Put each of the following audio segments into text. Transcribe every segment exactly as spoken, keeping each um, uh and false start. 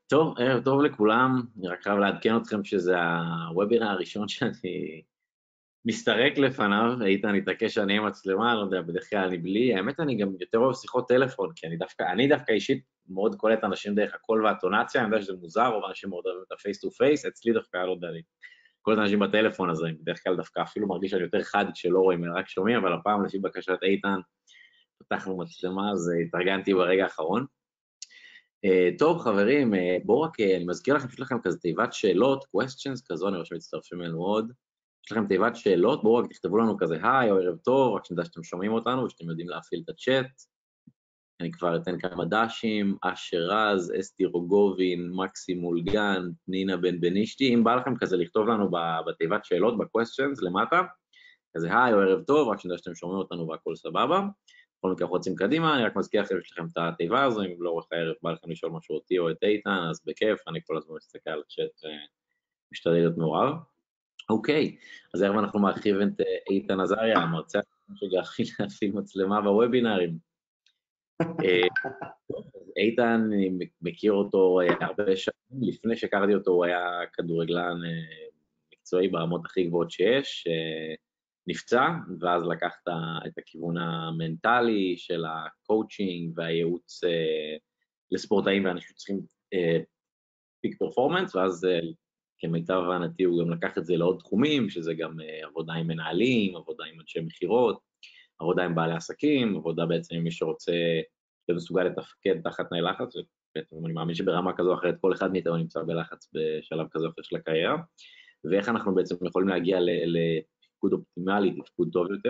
טוב, ערב טוב לכולם, אני רק חייב לעדכן אתכם שזה הוובינר הראשון שאני מסתרק לפניו. איתן התעקש שאני אהיה מצלמה, לא יודע, בדרך כלל אני בלי. האמת, אני גם יותר אוהב שיחות טלפון, כי אני דווקא, אני דווקא אישית מאוד קולט אנשים דרך הקול והטונציה. אני יודע שזה מוזר, רוב אנשים מאוד אוהבים את הפייס טו פייס, אצלי דווקא לא יודע לי. קולט אנשים בטלפון הזה, בדרך כלל דווקא אפילו מרגיש שאני יותר חד כשלא רואים, אלא רק שומעים, אבל הפעם לפי בקשת איתן, פתחנו מצלמה, אז התארגנתי ברגע האחרון. Uh, טוב חברים, uh, בואו רק, uh, אני מזכיר לכם, יש לכם כזה תיבת שאלות, questions כזו, אני רואה שמצטרפים אלינו עוד, יש לכם תיבת שאלות, בואו רק תכתבו לנו כזה היי או ערב טוב, רק שנדע שאתם שומעים אותנו ושאתם יודעים להפעיל את הצ'אט. אני כבר אתן כמה דשים, אשר רז, אסתי רוגובין, מקסי מולגן, נינה בן בנישתי. אם בא לכם כזה לכתוב לנו בתיבת שאלות, ב-questions למטה, כזה היי או ערב טוב, רק שנדע שאתם שומעים אותנו והכל סבבה. בכל מקרה רוצים קדימה, אני רק מזכיר לכם, יש לכם את התיבה הזו, אם לאורך הערב בא לכם לשאול משהו אותי או את איתן, אז בכיף, אני כל הזמן מסתכל על הצ'אט ומשתדל להיות מעורב. אוקיי, אז הערב אנחנו מארחים את איתן עזריה, המרצה שגחי להפעיל מצלמה בוובינרים. איתן, אני מכיר אותו הרבה שנים, לפני שהכרתי אותו הוא היה כדורגלן מקצועי ברמות הכי גבוהות שיש, נפצע, ואז לקחת את הכיוון המנטלי של הקואוצ'ינג והייעוץ אה, לספורטאים ואנשים שצריכים אה, פיק פרפורמנס, ואז אה, כמיטב הבנתי הוא גם לקח את זה לעוד תחומים, שזה גם אה, עבודה עם מנהלים, עבודה עם אנשי מכירות, עבודה עם בעלי עסקים, עבודה בעצם עם מי שרוצה להיות מסוגל לתפקד תחת תנאי לחץ, ובעצם אני מאמין שברמה כזו או אחרת כל אחד מאיתנו נמצא בלחץ בשלב כזה או אחר של הקריירה, ואיך אנחנו בעצם יכולים להגיע ל... ל תפקוד אופטימלי, תפקוד טוב יותר.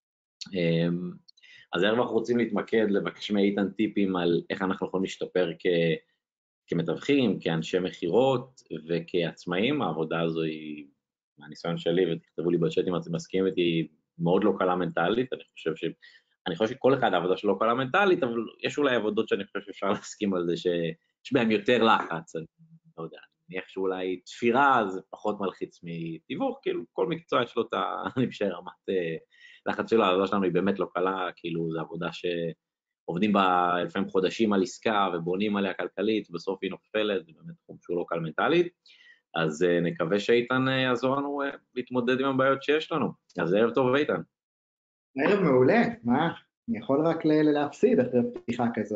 אז היום אנחנו רוצים להתמקד, לבקש מאיתן טיפים על איך אנחנו יכולים להשתפר כ... כמתווכים, כאנשי מכירות וכעצמאים. העבודה הזו היא, מהניסיון שלי, ותכתבו לי בצ'אט אם אתם מסכימים איתי, מאוד לא קלה מנטלית. אני חושב ש... אני חושב שכל אחד העבודה שלו קלה מנטלית, אבל יש אולי עבודות שאני חושב שאפשר להסכים על זה, שיש בהם יותר לחץ, אני לא יודע. נניח שאולי תפירה זה פחות מלחיץ מתיווך, כאילו כל מקצוע יש לו את ה... אני חושב רמת לחץ שלו, העבודה שלנו היא באמת לא קלה, כאילו זו עבודה שעובדים בה לפעמים חודשים על עסקה ובונים עליה כלכלית, בסוף היא נופלת, זה באמת תחום שהוא לא קל מנטלית, אז נקווה שאיתן יעזור לנו להתמודד עם הבעיות שיש לנו. אז ערב טוב איתן. ערב מעולה, מה? אני יכול רק להפסיד אחרי פתיחה כזאת.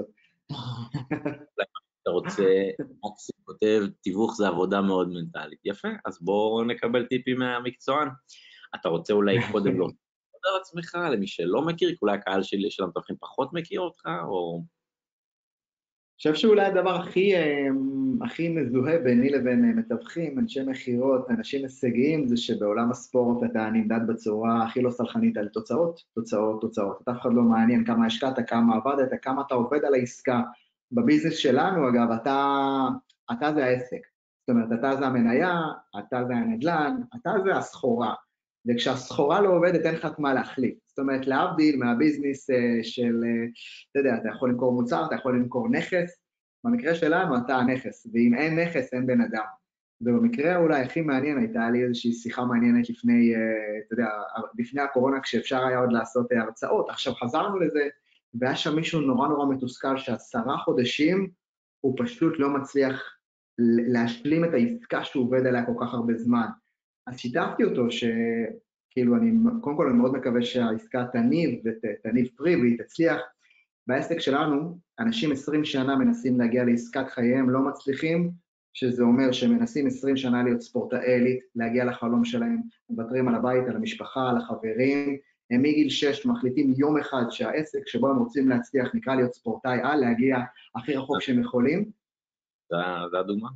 אתה רוצה, מקסים כותב, תיווך זה עבודה מאוד מנטלית. יפה, אז בואו נקבל טיפים מהמקצוען. אתה רוצה אולי קודם לא לדבר על עצמך, למי שלא מכיר, כי אולי הקהל שלי של המתווכים פחות מכיר אותך, או... אני חושב שאולי הדבר הכי, הכי מזוהה ביני לבין מתווכים, אנשי מכירות, אנשים הישגיים, זה שבעולם הספורט אתה נמדד בצורה הכי לא סלחנית על תוצאות, תוצאות, תוצאות. את אף אחד לא מעניין כמה השקעת, כמה עבדת, כמה אתה עובד על העסקה. בביזנס שלנו, אגב, אתה, אתה זה העסק. זאת אומרת, אתה זה המניה, אתה זה הנדל"ן, אתה זה הסחורה. וכשהסחורה לא עובדת, אין לך מה להחליף. זאת אומרת, להבדיל מהביזנס של, אתה יודע, אתה יכול למכור מוצר, אתה יכול למכור נכס, במקרה שלנו אתה הנכס, ואם אין נכס, אין בן אדם. ובמקרה אולי הכי מעניין, הייתה לי איזושהי שיחה מעניינת לפני, אתה יודע, לפני הקורונה, כשאפשר היה עוד לעשות הרצאות. עכשיו חזרנו לזה, והיה שם מישהו נורא נורא מתוסכל, שעשרה חודשים הוא פשוט לא מצליח להשלים את העסקה שהוא עובד עליה כל כך הרבה זמן. אז שיתפתי אותו שכאילו אני, קודם כל אני מאוד מקווה שהעסקה תניב ותניב פרי והיא תצליח. בעסק שלנו, אנשים עשרים שנה מנסים להגיע לעסקת חייהם, לא מצליחים, שזה אומר שמנסים עשרים שנה להיות ספורטאי עילית, להגיע לחלום שלהם, מוותרים על הבית, על המשפחה, על החברים, הם מגיל שש מחליטים יום אחד שהעסק שבו הם רוצים להצליח נקרא להיות ספורטאי על, להגיע הכי רחוק שהם יכולים. זה הדוגמה.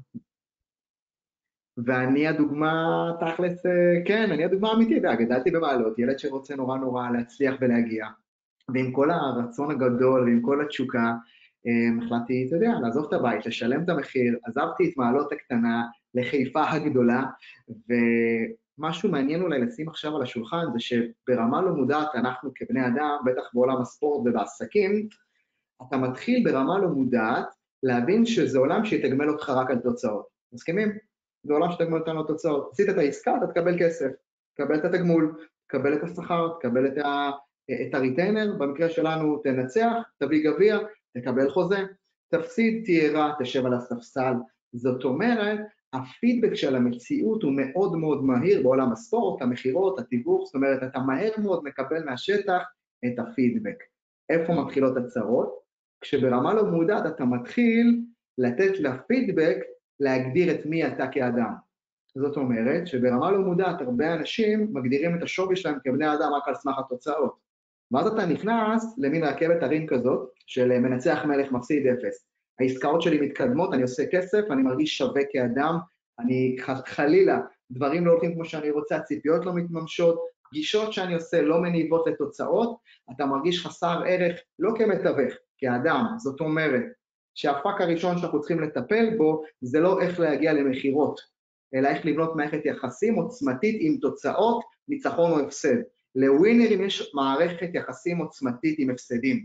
ואני הדוגמה, תכלס, כן, אני הדוגמה אמיתית, גדלתי במעלות, ילד שרוצה נורא נורא להצליח ולהגיע, ועם כל הרצון הגדול ועם כל התשוקה, החלטתי, אתה יודע, לעזוב את הבית, לשלם את המחיר, עזבתי את מעלות הקטנה לחיפה הגדולה, ומשהו מעניין אולי לשים עכשיו על השולחן, זה שברמה לא מודעת, אנחנו כבני אדם, בטח בעולם הספורט ובעסקים, אתה מתחיל ברמה לא מודעת, להבין שזה עולם שיתגמל אותך רק על תוצאות. מסכימים? זה עולם שתגמל אותנו תוצאות. עשית את העסקה, אתה תקבל כסף, תקבל את התגמול, תקבל את השכר, תקבל את, ה, את הריטיינר, במקרה שלנו תנצח, תביא גביע, תקבל חוזה, תפסיד, תהיה רע, תשב על הספסל, זאת אומרת, הפידבק של המציאות הוא מאוד מאוד מהיר בעולם הספורט, המחירות, התיווך, זאת אומרת, אתה מהר מאוד מקבל מהשטח את הפידבק. איפה מתחילות הצרות? כשברמה לא מודעת אתה מתחיל לתת לפידבק להגדיר את מי אתה כאדם. זאת אומרת שברמה לא מודעת הרבה אנשים מגדירים את השווי שלהם כבני אדם רק על סמך התוצאות. ואז אתה נכנס למין רכבת הרים כזאת של מנצח מלך מפסיד אפס. העסקאות שלי מתקדמות, אני עושה כסף, אני מרגיש שווה כאדם, אני חלילה, דברים לא הולכים כמו שאני רוצה, הציפיות לא מתממשות, פגישות שאני עושה לא מניבות לתוצאות, אתה מרגיש חסר ערך לא כמתווך, כאדם. זאת אומרת שהפק הראשון שאנחנו צריכים לטפל בו זה לא איך להגיע למחירות, אלא איך לבנות מערכת יחסים עוצמתית עם תוצאות, ניצחון או הפסד. לווינרים יש מערכת יחסים עוצמתית עם הפסדים.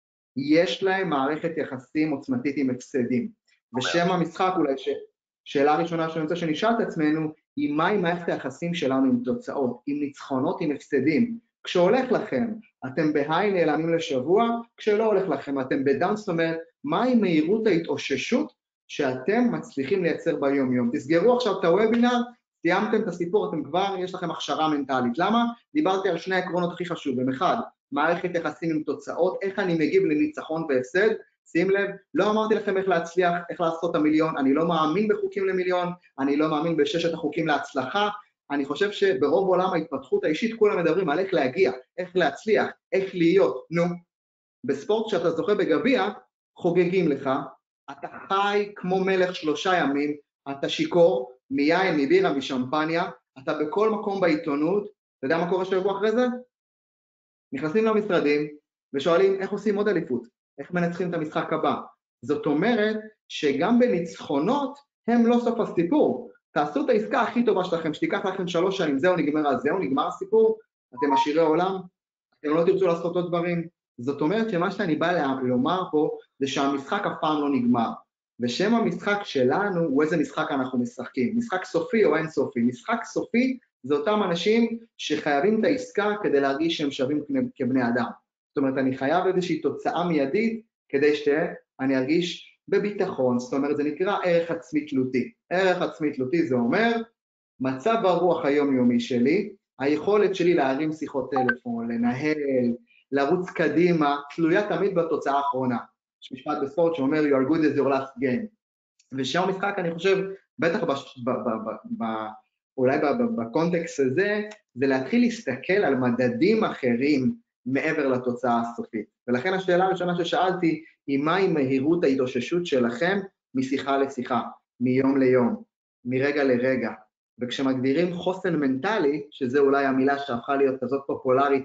יש להם מערכת יחסים עוצמתית עם הפסדים. ושם המשחק אולי ש... שאלה ראשונה שאני רוצה שנשאל את עצמנו, היא מהי מערכת היחסים שלנו עם תוצאות, עם ניצחונות, עם הפסדים. כשהולך לכם, אתם בהיי נעלמים לשבוע, כשלא הולך לכם, אתם בדאון, זאת אומרת, מהי מהירות ההתאוששות שאתם מצליחים לייצר ביום יום. תסגרו עכשיו את הוובינר, סיימתם את הסיפור, אתם כבר, יש לכם הכשרה מנטלית. למה? דיברתי על שני העקרונות הכי חשובים. אחד, מערכת יחסים עם תוצאות, איך אני מגיב לניצחון והפסד. שים לב, לא אמרתי לכם איך להצליח, איך לעשות את המיליון, אני לא מאמין בחוקים למיליון, אני לא מאמין בששת החוקים להצלחה, אני חושב שברוב עולם ההתפתחות האישית כולם מדברים על איך להגיע, איך להצליח, איך להיות. נו, בספורט שאתה זוכה בגביע, חוגגים לך, אתה חי כמו מלך שלושה ימים, אתה שיקור, מיין, מבירה, משמפניה, אתה בכל מקום בעיתונות, אתה יודע מה קורה שבוע אחרי זה? נכנסים למשרדים ושואלים איך עושים עוד אליפות, איך מנצחים את המשחק הבא. זאת אומרת שגם בניצחונות הם לא סוף הסיפור. תעשו את העסקה הכי טובה שלכם, שתיקח לכם שלוש שנים, זהו נגמר, אז זהו נגמר הסיפור, אתם עשירי עולם, אתם לא תרצו לעשות עוד דברים. זאת אומרת שמה שאני בא לומר פה זה שהמשחק אף פעם לא נגמר. ושם המשחק שלנו הוא איזה משחק אנחנו משחקים, משחק סופי או אין סופי. משחק סופי זה אותם אנשים שחייבים את העסקה כדי להרגיש שהם שווים כבני אדם. זאת אומרת, אני חייב איזושהי תוצאה מיידית כדי שאני ארגיש בביטחון, זאת אומרת, זה נקרא ערך עצמי תלותי. ערך עצמי תלותי זה אומר, מצב הרוח היומיומי שלי, היכולת שלי להרים שיחות טלפון, לנהל, לרוץ קדימה, תלויה תמיד בתוצאה האחרונה. יש משפט בספורט שאומר, you are good as your last game. ושם המשחק, אני חושב, בטח בש, ב, ב, ב, ב, אולי בקונטקסט הזה, זה להתחיל להסתכל על מדדים אחרים מעבר לתוצאה הסופית. ולכן השאלה הראשונה ששאלתי, היא מהי מהירות ההתאוששות שלכם משיחה לשיחה, מיום ליום, מרגע לרגע. וכשמגדירים חוסן מנטלי, שזה אולי המילה שהפכה להיות כזאת פופולרית,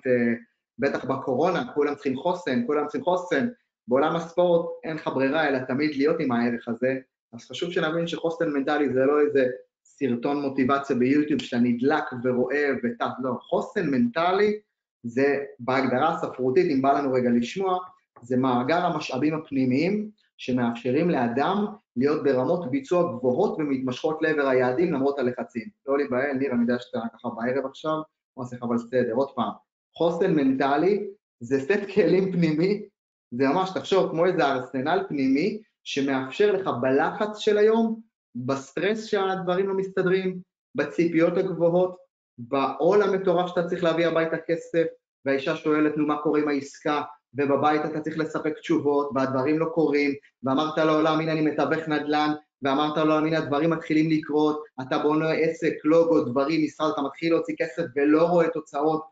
בטח בקורונה, כולם צריכים חוסן, כולם צריכים חוסן, בעולם הספורט אין לך ברירה, אלא תמיד להיות עם הערך הזה, אז חשוב שנבין שחוסן מנטלי זה לא איזה סרטון מוטיבציה ביוטיוב שאתה נדלק ורואה ותת, לא, חוסן מנטלי זה בהגדרה הספרותית, אם בא לנו רגע לשמוע, זה מאגר המשאבים הפנימיים שמאפשרים לאדם להיות ברמות ביצוע גבוהות ומתמשכות לעבר היעדים למרות הלחצים. לא להיבהל, ניר, אני יודע שאתה ככה בערב עכשיו, או עושה אבל סדר, עוד פעם, חוסן מנטלי זה סט כלים פנימי, זה ממש, תחשוב, כמו איזה ארסנל פנימי, שמאפשר לך בלחץ של היום, בסטרס שהדברים לא מסתדרים, בציפיות הגבוהות, בעול המטורף שאתה צריך להביא הביתה כסף, והאישה שואלת, נו, מה קורה עם העסקה, ובבית אתה צריך לספק תשובות, והדברים לא קורים, ואמרת לעולם, הנה אני מתווך נדל"ן, ואמרת לעולם, הנה הדברים מתחילים לקרות, אתה בונה עסק, לוגו, דברים, משרד, אתה מתחיל להוציא כסף ולא רואה תוצאות.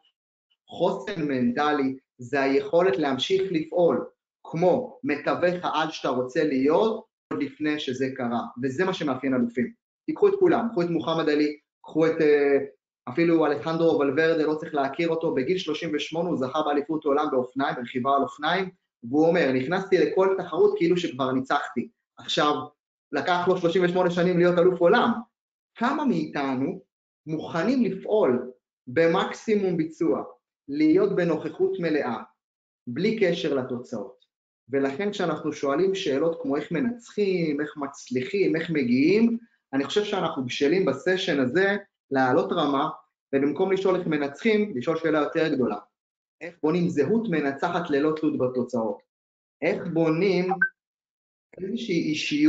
חוסן מנטלי זה היכולת להמשיך לפעול, כמו מתווך העל שאתה רוצה להיות, עוד לפני שזה קרה, וזה מה שמאפיין אלופים. תיקחו את כולם, קחו את מוחמד עלי, קחו את אפילו אלחנדרו ולוורדה, לא צריך להכיר אותו, בגיל שלושים ושמונה הוא זכה באליפות העולם באופניים, ברכיבה על אופניים, והוא אומר, נכנסתי לכל תחרות כאילו שכבר ניצחתי. עכשיו, לקח לו שלושים ושמונה שנים להיות אלוף עולם. כמה מאיתנו מוכנים לפעול במקסימום ביצוע, להיות בנוכחות מלאה, בלי קשר לתוצאות. ולכן כשאנחנו שואלים שאלות כמו איך מנצחים, איך מצליחים, איך מגיעים, אני חושב שאנחנו בשלים בסשן הזה לעלות רמה, ובמקום לשאול איך מנצחים, לשאול שאלה יותר גדולה. איך בונים זהות מנצחת ללא תלות בתוצאות? איך בונים איזושהי אישיות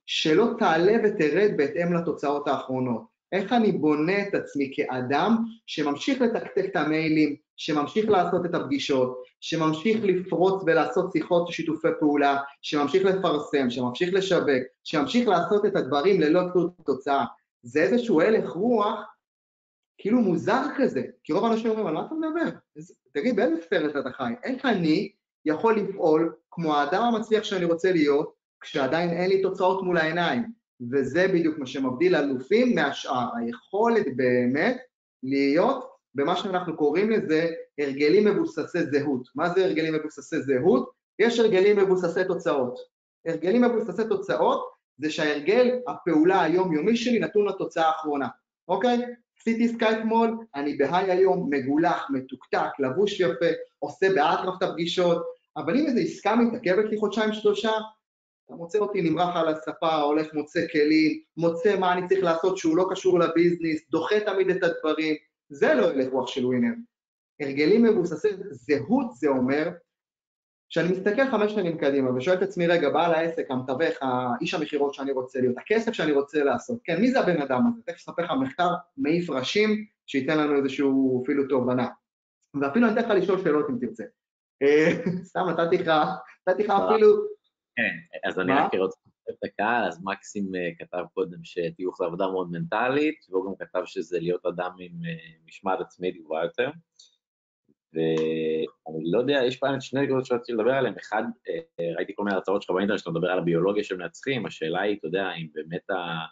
שלא תעלה ותרד בהתאם לתוצאות האחרונות. איך אני בונה את עצמי כאדם שממשיך לתקתק את המיילים, שממשיך לעשות את הפגישות, שממשיך לפרוץ ולעשות שיחות שיתופי פעולה, שממשיך לפרסם, שממשיך לשווק, שממשיך לעשות את הדברים ללא תוצאה. זה איזשהו הלך רוח, כאילו מוזר כזה, כי רוב האנשים אומרים, על מה אתה מדבר? תגיד, באיזה סרט אתה חי? איך אני יכול לפעול כמו האדם המצליח שאני רוצה להיות, כשעדיין אין לי תוצאות מול העיניים? וזה בדיוק מה שמבדיל אלופים מהשאר, היכולת באמת להיות במה שאנחנו קוראים לזה הרגלים מבוססי זהות. מה זה הרגלים מבוססי זהות? יש הרגלים מבוססי תוצאות. הרגלים מבוססי תוצאות זה שההרגל, הפעולה היומיומי שלי נתון לתוצאה האחרונה, אוקיי? עשיתי סקייפ מול, אני בהיי היום, מגולח, מתוקתק, לבוש יפה, עושה באטרף את הפגישות, אבל אם איזו עסקה מתעכבת לי חודשיים שלושה, אתה מוצא אותי נמרח על הספה, הולך מוצא כלים, מוצא מה אני צריך לעשות שהוא לא קשור לביזנס, דוחה תמיד את הדברים, זה לא הלך רוח של ווינר. הרגלים מבוססי זהות זה אומר, שאני מסתכל חמש שנים קדימה ושואל את עצמי, רגע, בעל העסק, המתווך, האיש המחירות שאני רוצה להיות, הכסף שאני רוצה לעשות, כן, מי זה הבן אדם הזה? תכף אספר לך מחקר מעיף ראשים, שייתן לנו איזשהו אפילו תובנה. ואפילו אני אתן לך לשאול שאלות אם תרצה. סתם, נתתי לך, נתתי לך אפילו... כן, אז אני רק רוצה לתת את הקהל, אז מקסים כתב קודם שתיוך זה עבודה מאוד מנטלית, והוא גם כתב שזה להיות אדם עם משמעת עצמית גבוהה יותר. ואני לא יודע, יש פעם שני נקודות שרציתי לדבר עליהם. אחד, ראיתי כל מיני הרצאות שלך באינטרנט שאתה מדבר על הביולוגיה של מנצחים, השאלה היא, אתה יודע, אם באמת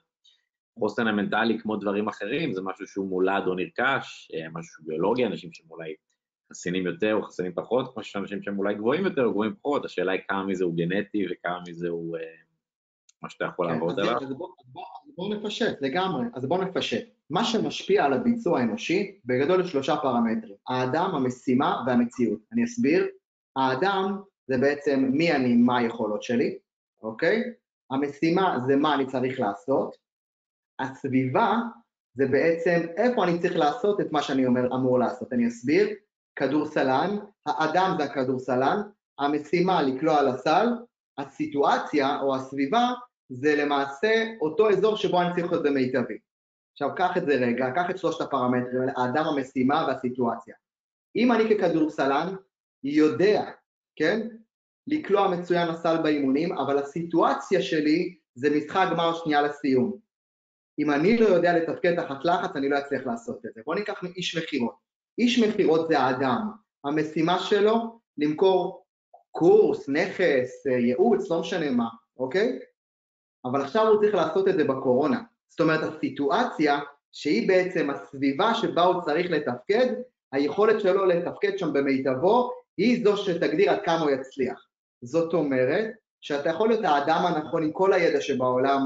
החוסן המנטלי כמו דברים אחרים, זה משהו שהוא מולד או נרכש, משהו שהוא ביולוגי, אנשים שהם אולי חסינים יותר או חסינים פחות, כמו שיש אנשים שהם אולי גבוהים יותר או גבוהים פחות, השאלה היא כמה מזה הוא גנטי וכמה מזה הוא מה שאתה יכול לעבוד עליו. אז בואו נפשט, לגמרי, אז בואו נפשט. מה שמשפיע על הביצוע האנושי, בגדול לשלושה פרמטרים, האדם, המשימה והמציאות. אני אסביר, האדם זה בעצם מי אני, מה היכולות שלי, אוקיי? המשימה זה מה אני צריך לעשות, הסביבה זה בעצם איפה אני צריך לעשות את מה שאני אומר, אמור לעשות. אני אסביר, כדורסלן, האדם זה הכדורסלן, המשימה לקלוע על הסל, הסיטואציה או הסביבה זה למעשה אותו אזור שבו אני צריך להיות במיטבי. עכשיו, קח את זה רגע, קח את שלושת הפרמטרים, האדם, המשימה והסיטואציה. אם אני ככדורסלן יודע, כן, לקלוע מצוין הסל באימונים, אבל הסיטואציה שלי זה משחק גמר שנייה לסיום. אם אני לא יודע לתפקד תחת לחץ, אני לא אצליח לעשות את זה. בואו ניקח איש מחירות. איש מחירות זה האדם. המשימה שלו למכור קורס, נכס, ייעוץ, לא משנה מה, אוקיי? אבל עכשיו הוא צריך לעשות את זה בקורונה. זאת אומרת, הסיטואציה שהיא בעצם הסביבה שבה הוא צריך לתפקד, היכולת שלו לתפקד שם במיטבו, היא זו שתגדיר עד כמה הוא יצליח. זאת אומרת, שאתה יכול להיות האדם הנכון עם כל הידע שבעולם,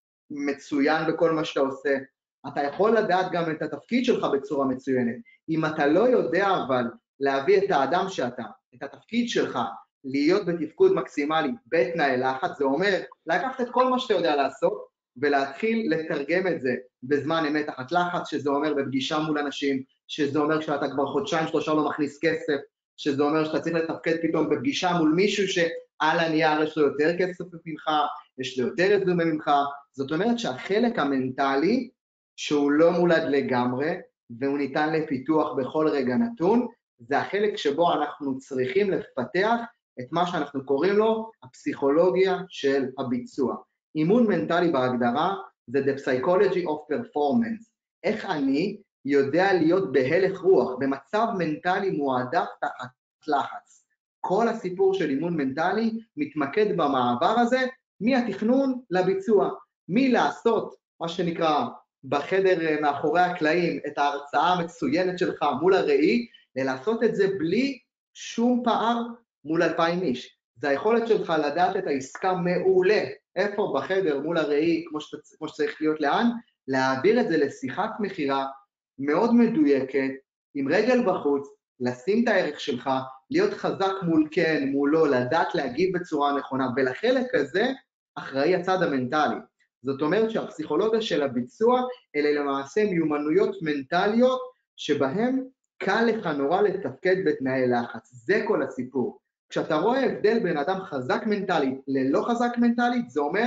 מצוין בכל מה שאתה עושה, אתה יכול לדעת גם את התפקיד שלך בצורה מצוינת. אם אתה לא יודע אבל להביא את האדם שאתה, את התפקיד שלך, להיות בתפקוד מקסימלי בתנאי לחץ, זה אומר לקחת את כל מה שאתה יודע לעשות, ולהתחיל לתרגם את זה בזמן אמת תחת לחץ, שזה אומר בפגישה מול אנשים, שזה אומר שאתה כבר חודשיים שלושה לא מכניס כסף, שזה אומר שאתה צריך לתפקד פתאום בפגישה מול מישהו שעל הנייר יש לו יותר כסף ממך, יש לו יותר רזומה ממך, זאת אומרת שהחלק המנטלי, שהוא לא מולד לגמרי, והוא ניתן לפיתוח בכל רגע נתון, זה החלק שבו אנחנו צריכים לפתח את מה שאנחנו קוראים לו הפסיכולוגיה של הביצוע. אימון מנטלי בהגדרה זה the psychology of performance. איך אני יודע להיות בהלך רוח, במצב מנטלי מועדף תחת לחץ. כל הסיפור של אימון מנטלי מתמקד במעבר הזה, מהתכנון לביצוע, מלעשות מה שנקרא בחדר מאחורי הקלעים את ההרצאה המצוינת שלך מול הראי, ולעשות את זה בלי שום פער מול אלפיים איש. זה היכולת שלך לדעת את העסקה מעולה, איפה בחדר מול הראי, כמו, שת, כמו שצריך להיות לאן, להעביר את זה לשיחת מחירה מאוד מדויקת, עם רגל בחוץ, לשים את הערך שלך, להיות חזק מול כן, מולו, לדעת להגיב בצורה נכונה, ולחלק הזה אחראי הצד המנטלי. זאת אומרת שהפסיכולוגיה של הביצוע, אלה למעשה מיומנויות מנטליות, שבהם קל לך נורא לתפקד בתנאי לחץ. זה כל הסיפור. כשאתה רואה הבדל בין אדם חזק מנטלית ללא חזק מנטלית, זה אומר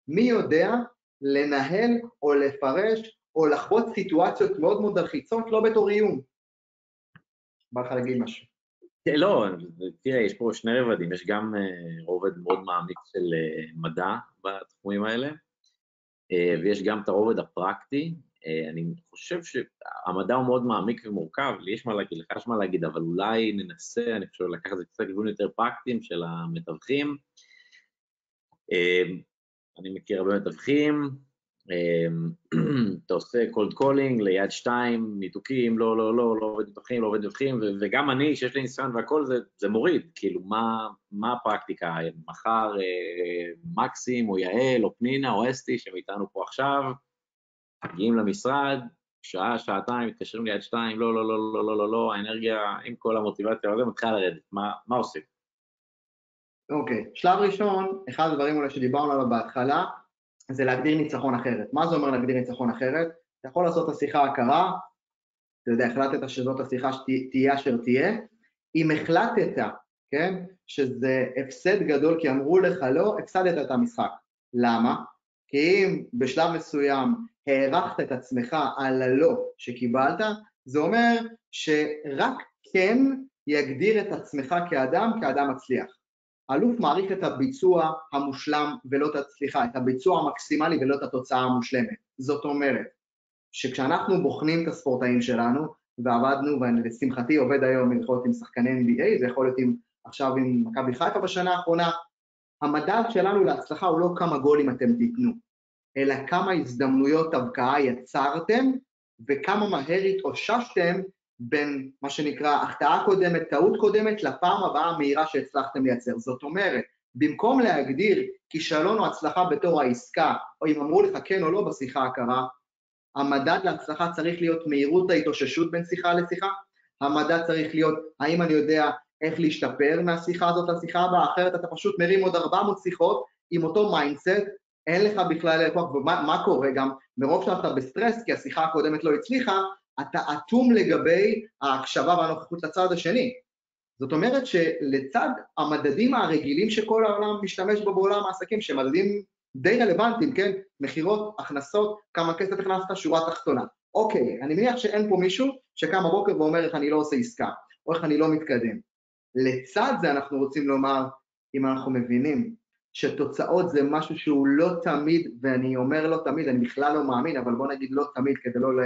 מי יודע לנהל או לפרש או לחוות סיטואציות מאוד מאוד מלחיצות, לא בתור איום. בא לך להגיד משהו. לא, תראה, יש פה שני רבדים, יש גם רובד מאוד מעמיק של מדע בתחומים האלה, ויש גם את הרובד הפרקטי. אני חושב שהמדע הוא מאוד מעמיק ומורכב, לי יש מה להגיד, לך יש מה להגיד, אבל אולי ננסה, אני חושב לקחת את זה קצת לכיוונים יותר פרקטיים של המתווכים. אני מכיר הרבה מתווכים, אתה עושה cold calling ליד שתיים, ניתוקים, לא, לא, לא, לא עובד מתווכים, לא עובד מתווכים, וגם אני, שיש לי ניסיון והכל, זה, זה מוריד, כאילו, מה, מה הפרקטיקה? מחר מקסים, או יעל, או פנינה, או אסתי, שהם איתנו פה עכשיו, מגיעים למשרד, שעה, שעתיים, מתקשרים ליד שתיים, לא, לא, לא, לא, לא, לא, לא, האנרגיה, עם כל המוטיבציה, זה מתחילה לרדת, מה, מה עושים? אוקיי, שלב ראשון, אחד הדברים אולי שדיברנו עליו בהתחלה, זה להגדיר ניצחון אחרת. מה זה אומר להגדיר ניצחון אחרת? אתה יכול לעשות את השיחה הקרה, אתה יודע, החלטת שזאת השיחה שתהיה אשר תהיה, אם החלטת, כן, שזה הפסד גדול כי אמרו לך לא, הפסדת את המשחק. למה? כי אם בשלב מסוים הערכת את עצמך על הלא שקיבלת, זה אומר שרק כן יגדיר את עצמך כאדם, כאדם מצליח. אלוף מעריך את הביצוע המושלם ולא את, סליחה, את הביצוע המקסימלי ולא את התוצאה המושלמת. זאת אומרת, שכשאנחנו בוחנים את הספורטאים שלנו, ועבדנו, ולשמחתי עובד היום יכול להיות עם שחקני אן בי איי, זה יכול להיות עם, עכשיו עם מכבי חיפה בשנה האחרונה, המדד שלנו להצלחה הוא לא כמה גולים אתם תיתנו, אלא כמה הזדמנויות הבקעה יצרתם, וכמה מהר התאוששתם בין מה שנקרא החטאה קודמת, טעות קודמת, לפעם הבאה המהירה שהצלחתם לייצר. זאת אומרת, במקום להגדיר כישלון או הצלחה בתור העסקה, או אם אמרו לך כן או לא בשיחה הקרה, המדד להצלחה צריך להיות מהירות ההתאוששות בין שיחה לשיחה, המדד צריך להיות האם אני יודע איך להשתפר מהשיחה הזאת לשיחה הבאה, אחרת אתה פשוט מרים עוד ארבע מאות שיחות עם אותו מיינדסט, אין לך בכלל לקוח, ומה מה קורה גם, מרוב שאתה בסטרס כי השיחה הקודמת לא הצליחה, אתה אטום לגבי ההקשבה והנוכחות לצד השני. זאת אומרת שלצד המדדים הרגילים שכל העולם משתמש בו בעולם העסקים, שמדדים די רלוונטיים, כן? מחירות, הכנסות, כמה כסף הכנסת, שורה תחתונה. אוקיי, אני מניח שאין פה מישהו שקם בבוקר ואומר איך אני לא עושה עסקה, או איך אני לא מתקדם. לצד זה אנחנו רוצים לומר, אם אנחנו מבינים שתוצאות זה משהו שהוא לא תמיד, ואני אומר לא תמיד, אני בכלל לא מאמין, אבל בוא נגיד לא תמיד, כדי לא ל...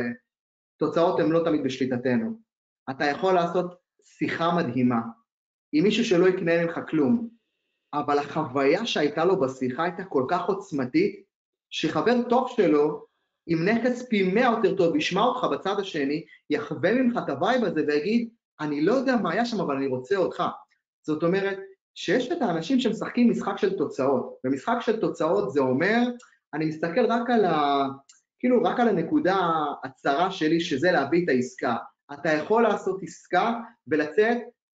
תוצאות הן לא תמיד בשליטתנו. אתה יכול לעשות שיחה מדהימה, עם מישהו שלא יקנה ממך כלום, אבל החוויה שהייתה לו בשיחה הייתה כל כך עוצמתית, שחבר טוב שלו, עם נכס פי מאה יותר טוב, ישמע אותך בצד השני, יחווה ממך את הווייב הזה ויגיד, אני לא יודע מה היה שם, אבל אני רוצה אותך. זאת אומרת, שיש את האנשים שמשחקים משחק של תוצאות, ומשחק של תוצאות זה אומר, אני מסתכל רק על ה... כאילו רק על הנקודה הצרה שלי, שזה להביא את העסקה. אתה יכול לעשות עסקה ולצאת,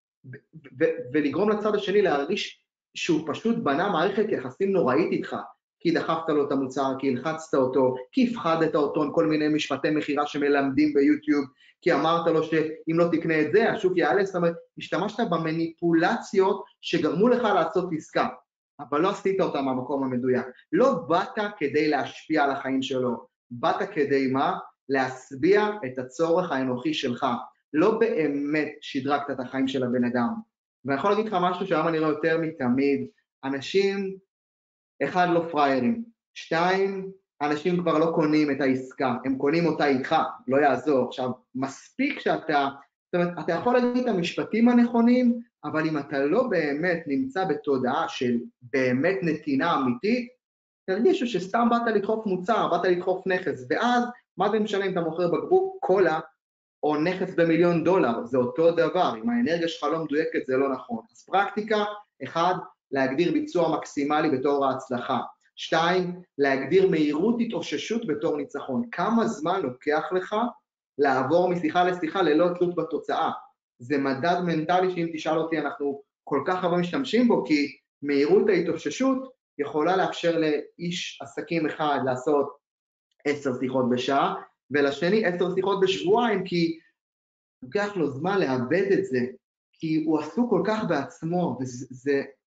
ולגרום לצד השני להרגיש שהוא פשוט בנה מערכת יחסים נוראית איתך, כי דחפת לו את המוצר, כי הלחצת אותו, כי הפחדת אותו עם כל מיני משפטי מחירה שמלמדים ביוטיוב, כי אמרת לו שאם לא תקנה את זה, השוק יעלה, זאת אומרת, השתמשת במניפולציות שגרמו לך לעשות עסקה, אבל לא עשית אותה מהמקום המדויק. לא באת כדי להשפיע על החיים שלו, באת כדי מה? להסביע את הצורך האנוכי שלך. לא באמת שדרגת את החיים של הבן אדם. ואני יכול להגיד לך משהו שהיום אני רואה יותר מתמיד, אנשים, אחד, לא פריירים, שתיים, אנשים כבר לא קונים את העסקה, הם קונים אותה איתך, לא יעזור. עכשיו, מספיק שאתה, זאת אומרת, אתה יכול להגיד את המשפטים הנכונים, אבל אם אתה לא באמת נמצא בתודעה של באמת נתינה אמיתית, תרגישו שסתם באת לדחוף מוצר, באת לדחוף נכס, ואז מה זה משנה אם אתה מוכר בקבוק קולה, או נכס במיליון דולר, זה אותו דבר, אם האנרגיה שלך לא מדויקת זה לא נכון. אז פרקטיקה, אחד, להגדיר ביצוע מקסימלי בתור ההצלחה. שתיים, להגדיר מהירות התאוששות בתור ניצחון. כמה זמן לוקח לך לעבור משיחה לשיחה ללא תלות בתוצאה? זה מדד מנטלי שאם תשאל אותי אנחנו כל כך הרבה משתמשים בו, כי מהירות ההתאוששות יכולה לאפשר לאיש עסקים אחד לעשות עשר שיחות בשעה, ולשני עשר שיחות בשבועיים, כי לוקח לו זמן לאבד את זה, כי הוא עסוק כל כך בעצמו, וזה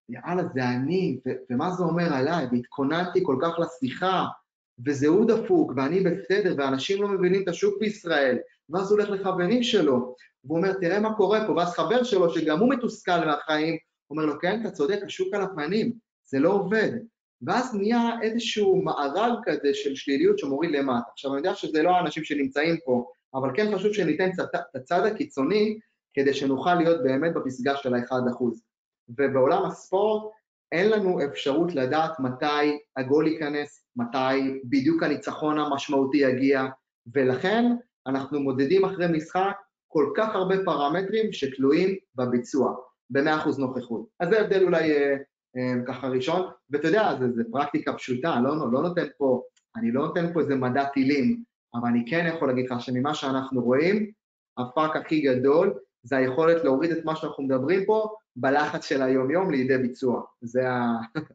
יאללה, זה אני, ו- ומה זה אומר עליי? והתכוננתי כל כך לשיחה, וזה הוא דפוק, ואני בסדר, ואנשים לא מבינים את השוק בישראל, ואז הוא הולך לחברים שלו, והוא אומר, תראה מה קורה פה, ואז חבר שלו, שגם הוא מתוסכל מהחיים, אומר לו, כן, אתה צודק, השוק על הפנים, זה לא עובד. ואז נהיה איזשהו מארג כזה של שליליות שמוריד למטה. עכשיו, אני יודע שזה לא האנשים שנמצאים פה, אבל כן חשוב שניתן את הצד הקיצוני, כדי שנוכל להיות באמת בפסגה של ה-אחד אחוז. ובעולם הספורט, אין לנו אפשרות לדעת מתי הגול ייכנס, מתי בדיוק הניצחון המשמעותי יגיע, ולכן אנחנו מודדים אחרי משחק כל כך הרבה פרמטרים שתלויים בביצוע, ב-מאה אחוז נוכחות. אז זה הבדל אולי אה, אה, ככה ראשון, ואתה יודע, זה, זה פרקטיקה פשוטה, לא, לא, לא נותן פה, אני לא נותן פה איזה מדע טילים, אבל אני כן יכול להגיד לך שממה שאנחנו רואים, הפאק הכי גדול זה היכולת להוריד את מה שאנחנו מדברים פה, בלחץ של היום-יום לידי ביצוע. זה, ה...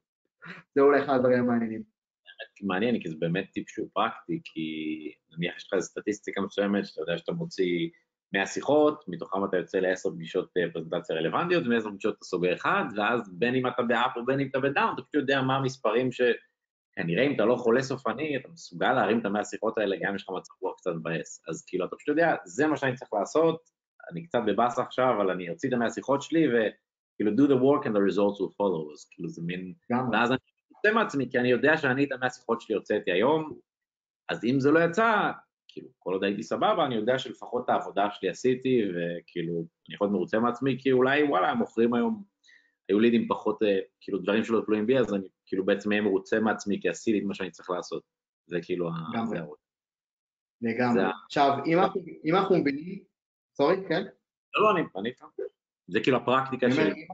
זה אולי אחד הדברים המעניינים. מעניין, כי זה באמת טיפ שהוא פרקטי, כי נניח יש לך איזו סטטיסטיקה מסוימת, שאתה יודע שאתה מוציא מאה שיחות, מתוכם אתה יוצא לעשר פגישות פרזנטציה רלוונטיות, ומעשר פגישות אתה סוגר אחד, ואז בין אם אתה באפ או בין אם אתה בדאון, אתה פשוט יודע מה המספרים שכנראה אם אתה לא חולה סופני, אתה מסוגל להרים את המאה שיחות האלה, גם יש לך מצב רוח קצת מבאס. אז כאילו, אתה פשוט יודע, זה מה שאני צריך לעשות, אני קצת בבאס עכשיו, אבל אני ארציא את המאה שיחות שלי, וכאילו, do the work and the results will follow. אז כאילו, זה מין... ואז אני יוצא מעצמי, כי אני יודע שאני את המאה שיחות שלי הוצאתי היום, אז אם זה לא יצא, כאילו, כל עוד הייתי סבבה, אני יודע שלפחות את העבודה שלי עשיתי, וכאילו, אני יכול להיות מרוצה מעצמי, כי אולי, וואלה, המוכרים היום, היו לידים פחות, כאילו, דברים שלא תלויים בי, אז אני כאילו בעצם אהיה מרוצה מעצמי, כי עשיתי את מה שאני צריך לעשות. זה כאילו, זה הרוד. לגמרי. עכשיו, אם אנחנו מבינים, סורי, כן? לא, לא, אני איתך. זה כאילו הפרקטיקה שלי.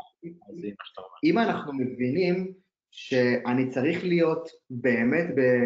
אם אנחנו מבינים שאני צריך להיות באמת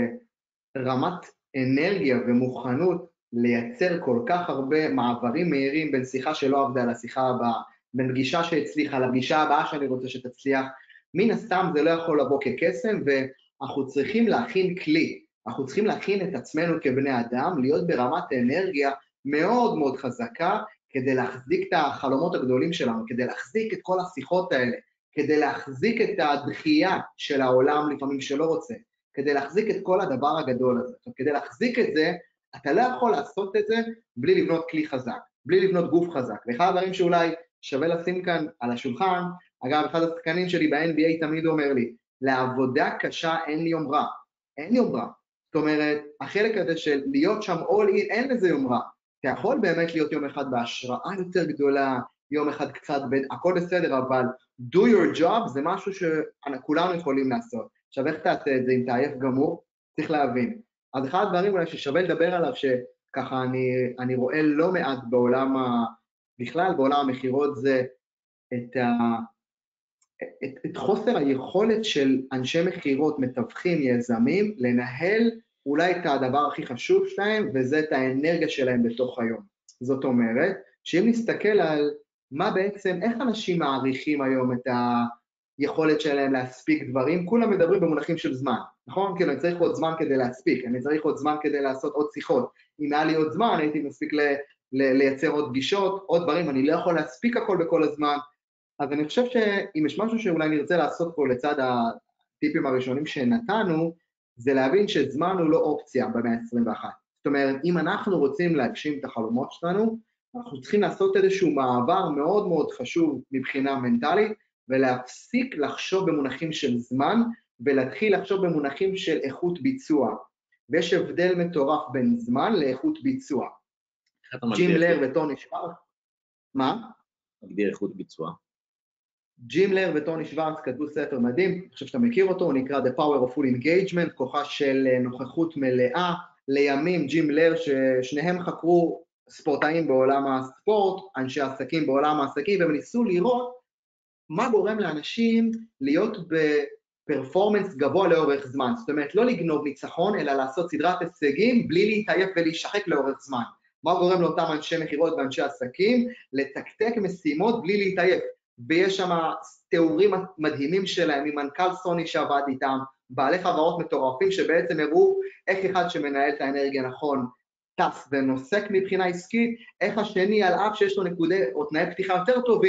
ברמת אנרגיה ומוכנות לייצר כל כך הרבה מעברים מהירים בין שיחה שלא עבדה לשיחה הבאה, בין פגישה שהצליחה לפגישה הבאה שאני רוצה שתצליח, מן הסתם זה לא יכול לבוא כקסם, ואנחנו צריכים להכין כלי, אנחנו צריכים להכין את עצמנו כבני אדם, להיות ברמת אנרגיה מאוד מאוד חזקה, כדי להחזיק את החלומות הגדולים שלנו, כדי להחזיק את כל השיחות האלה, כדי להחזיק את הדחייה של העולם לפעמים שלא רוצה, כדי להחזיק את כל הדבר הגדול הזה. עכשיו, כדי להחזיק את זה, אתה לא יכול לעשות את זה בלי לבנות כלי חזק, בלי לבנות גוף חזק. ואחד הדברים שאולי שווה לשים כאן על השולחן, אגב, אחד השחקנים שלי ב-אן בי איי תמיד אומר לי, לעבודה קשה אין יום רע, אין יום רע. זאת אומרת, החלק הזה של להיות שם all in, אין לזה יום רע. אתה יכול באמת להיות יום אחד בהשראה יותר גדולה, יום אחד קצת, הכל בסדר, אבל do your job זה משהו שכולנו יכולים לעשות. עכשיו, איך תעשה את זה אם תעייף גמור? צריך להבין. אז אחד הדברים אולי ששווה לדבר עליו, שככה אני, אני רואה לא מעט בעולם, ה, בכלל בעולם המחירות, זה את, ה, את, את חוסר היכולת של אנשי מחירות, מתווכים, יזמים, לנהל אולי את הדבר הכי חשוב שלהם, וזה את האנרגיה שלהם בתוך היום. זאת אומרת, שאם נסתכל על מה בעצם, איך אנשים מעריכים היום את היכולת שלהם להספיק דברים, כולם מדברים במונחים של זמן, נכון? כאילו, אני צריך עוד זמן כדי להספיק, אני צריך עוד זמן כדי לעשות עוד שיחות. אם היה לי עוד זמן, הייתי מספיק ל, ל, לייצר עוד פגישות, עוד דברים, אני לא יכול להספיק הכל בכל הזמן. אז אני חושב שאם יש משהו שאולי נרצה לעשות פה לצד הטיפים הראשונים שנתנו, זה להבין שזמן הוא לא אופציה במאה ה-עשרים ואחת. זאת אומרת, אם אנחנו רוצים להגשים את החלומות שלנו, אנחנו צריכים לעשות איזשהו מעבר מאוד מאוד חשוב מבחינה מנטלית, ולהפסיק לחשוב במונחים של זמן, ולהתחיל לחשוב במונחים של איכות ביצוע. ויש הבדל מטורף בין זמן לאיכות ביצוע. ג'ים לר וטוני שוורץ, מה? מגדיר איכות ביצוע. ג'ים לר וטוני שוורץ כתבו ספר מדהים, אני חושב שאתה מכיר אותו, הוא נקרא The Power of Full Engagement, כוחה של נוכחות מלאה. לימים ג'ים לר, ששניהם חקרו ספורטאים בעולם הספורט, אנשי עסקים בעולם העסקים, והם ניסו לראות מה גורם לאנשים להיות בפרפורמנס גבוה לאורך זמן. זאת אומרת, לא לגנוב ניצחון, אלא לעשות סדרת הישגים בלי להתעייף ולהישחק לאורך זמן. מה גורם לאותם אנשי מחירות ואנשי עסקים? לתקתק משימות בלי להתעייף. ויש שם תיאורים מדהימים שלהם, ממנכ"ל סוני שעבד איתם, בעלי חברות מטורפים שבעצם הראו איך אחד שמנהל את האנרגיה נכון, טס ונוסק מבחינה עסקית, איך השני על אף שיש לו נקודי או תנאי פתיחה יותר טובים,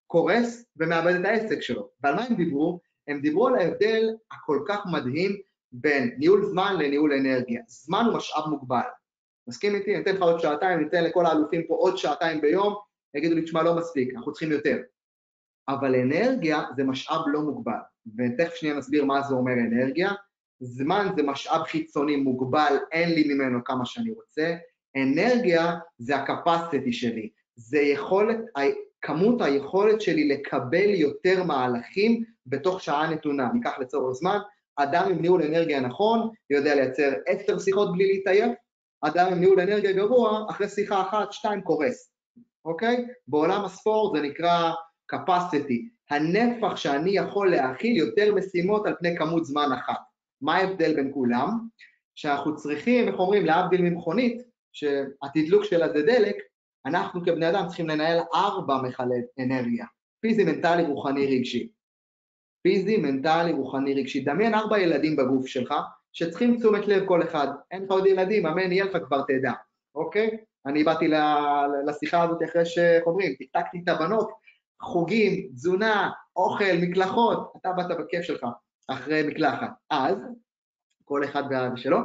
קורס ומאבד את העסק שלו. ועל מה הם דיברו? הם דיברו על ההבדל הכל כך מדהים בין ניהול זמן לניהול אנרגיה. זמן הוא משאב מוגבל. מסכים איתי? אני אתן לך עוד שעתיים, אני אתן לכל האלופים פה עוד שעתיים ביום, יגידו לי, תשמע, לא מספיק, אנחנו צריכים יותר. אבל אנרגיה זה משאב לא מוגבל, ותכף שנייה נסביר מה זה אומר אנרגיה. זמן זה משאב חיצוני מוגבל, אין לי ממנו כמה שאני רוצה. אנרגיה זה הקפסיטי שלי, זה יכולת, כמות היכולת שלי לקבל יותר מהלכים בתוך שעה נתונה. ניקח לצורך זמן, אדם עם ניהול אנרגיה נכון, יודע לייצר עשר שיחות בלי להתעייף, אדם עם ניהול אנרגיה גרוע, אחרי שיחה אחת, שתיים קורס, אוקיי? בעולם הספורט זה נקרא capacity, הנפח שאני יכול להכיל יותר משימות על פני כמות זמן אחת. מה ההבדל בין כולם? שאנחנו צריכים, איך אומרים, להבדיל ממכונית, שהתדלוק שלה זה דלק, אנחנו כבני אדם צריכים לנהל ארבע מכלי אנרגיה, פיזי, מנטלי, רוחני, רגשי. פיזי, מנטלי, רוחני, רגשי. דמיין ארבע ילדים בגוף שלך, שצריכים תשומת לב כל אחד. אין לך עוד ילדים, אמן, יהיה לך כבר תדע, אוקיי? אני באתי לשיחה הזאת אחרי שאומרים, תקתקתי את הבנות, חוגים, תזונה, אוכל, מקלחות, אתה באת בכיף שלך, אחרי מקלחת. אז, כל אחד בשלו,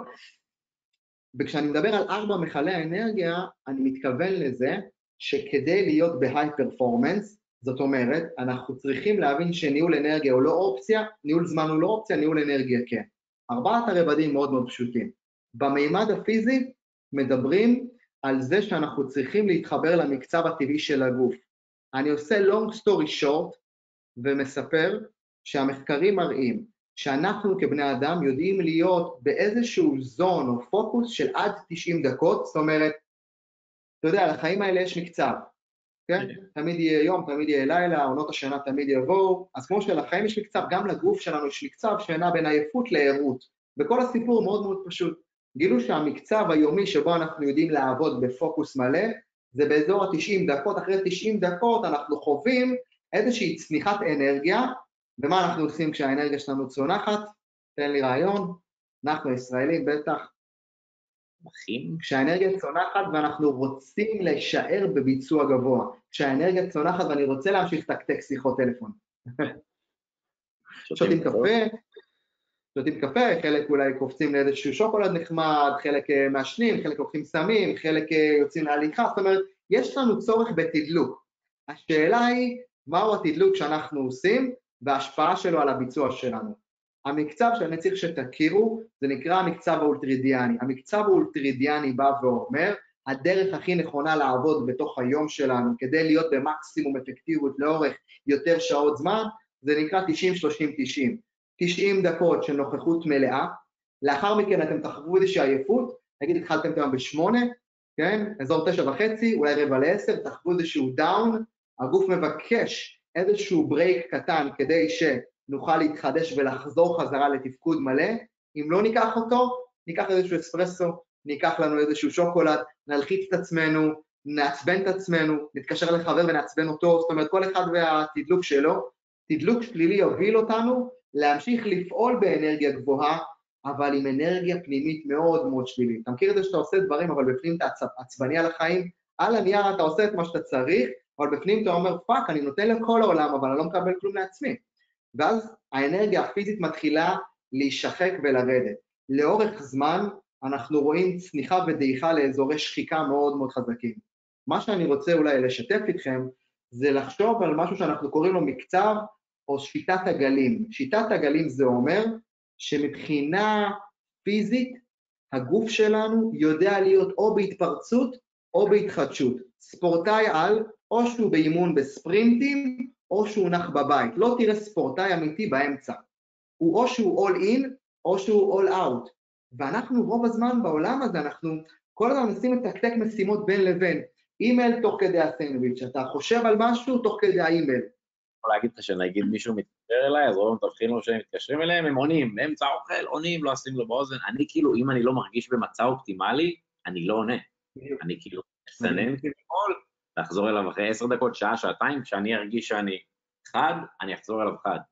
וכשאני מדבר על ארבע מכלי האנרגיה, אני מתכוון לזה שכדי להיות בהיי פרפורמנס, זאת אומרת, אנחנו צריכים להבין שניהול אנרגיה הוא לא אופציה, ניהול זמן הוא לא אופציה, ניהול אנרגיה כן. ארבעת הרבדים מאוד מאוד פשוטים. במימד הפיזי מדברים על זה שאנחנו צריכים להתחבר למקצב הטבעי של הגוף. אני עושה long story short ומספר שהמחקרים מראים שאנחנו כבני אדם יודעים להיות באיזשהו זון או פוקוס של עד תשעים דקות, זאת אומרת, אתה יודע, לחיים האלה יש מקצב, כן? תמיד יהיה יום, תמיד יהיה לילה, עונות השנה תמיד יבואו, אז כמו שלחיים יש מקצב, גם לגוף שלנו יש מקצב שנע בין עייפות לערות, וכל הסיפור מאוד מאוד פשוט. גילו שהמקצב היומי שבו אנחנו יודעים לעבוד בפוקוס מלא, זה באזור ה-תשעים דקות, אחרי תשעים דקות אנחנו חווים איזושהי צניחת אנרגיה, ומה אנחנו עושים כשהאנרגיה שלנו צונחת? תן לי רעיון, אנחנו ישראלים בטח, אחים. כשהאנרגיה צונחת ואנחנו רוצים להישאר בביצוע גבוה, כשהאנרגיה צונחת ואני רוצה להמשיך לתקתק שיחות טלפון. שותים קפה, שותים קפה, חלק אולי קופצים לאיזשהו שוקולד נחמד, חלק מעשנים, חלק לוקחים סמים, חלק יוצאים להליכה, זאת אומרת, יש לנו צורך בתדלוק. השאלה היא, מהו התדלוק שאנחנו עושים, וההשפעה שלו על הביצוע שלנו. המקצב שאני צריך שתכירו, זה נקרא המקצב האולטרידיאני. המקצב האולטרידיאני בא ואומר, הדרך הכי נכונה לעבוד בתוך היום שלנו, כדי להיות במקסימום אפקטיביות לאורך יותר שעות זמן, זה נקרא תשעים שלושים תשעים. תשעים דקות של נוכחות מלאה, לאחר מכן אתם תחוו איזושהי עייפות, נגיד התחלתם כאן בשמונה, כן? אזור תשע וחצי, אולי רבע לעשר, תחוו איזשהו דאון, הגוף מבקש איזשהו ברייק קטן כדי שנוכל להתחדש ולחזור חזרה לתפקוד מלא. אם לא ניקח אותו, ניקח איזשהו אספרסו, ניקח לנו איזשהו שוקולד, נלחיץ את עצמנו, נעצבן את עצמנו, נתקשר לחבר ונעצבן אותו, זאת אומרת כל אחד והתדלוק שלו, תדלוק שלילי יוביל אותנו להמשיך לפעול באנרגיה גבוהה, אבל עם אנרגיה פנימית מאוד מאוד שלילית. אתה מכיר את זה שאתה עושה דברים, אבל בפנים אתה עצבני על החיים, על הנייר אתה עושה את מה שאתה צריך, אבל בפנים אתה אומר, פאק, אני נותן לכל העולם, אבל אני לא מקבל כלום לעצמי. ואז האנרגיה הפיזית מתחילה להישחק ולרדת. לאורך זמן אנחנו רואים צניחה ודעיכה לאזורי שחיקה מאוד מאוד חזקים. מה שאני רוצה אולי לשתף איתכם, זה לחשוב על משהו שאנחנו קוראים לו מקצב, או שיטת הגלים. שיטת הגלים זה אומר שמבחינה פיזית, הגוף שלנו יודע להיות או בהתפרצות או בהתחדשות. ספורטאי על, או שהוא באימון בספרינטים, או שהוא נח בבית. לא תראה ספורטאי אמיתי באמצע. הוא או שהוא all in, או שהוא all out. ואנחנו רוב הזמן בעולם הזה, אנחנו כל הזמן מנסים לתקתק משימות בין לבין. אימייל תוך כדי הסנדוויץ', אתה חושב על משהו תוך כדי האימייל. יכול להגיד לך שנגיד מישהו מתקשר אליי, אז רוב המתווכים לו שהם מתקשרים אליהם, הם עונים, באמצע האוכל, עונים, לא עושים לו באוזן. אני כאילו, אם אני לא מרגיש במצב אופטימלי, אני לא עונה. אני כאילו מסנן כביכול, לחזור אליו אחרי עשר דקות, שעה, שעתיים, כשאני ארגיש שאני חד, אני אחזור אליו חד.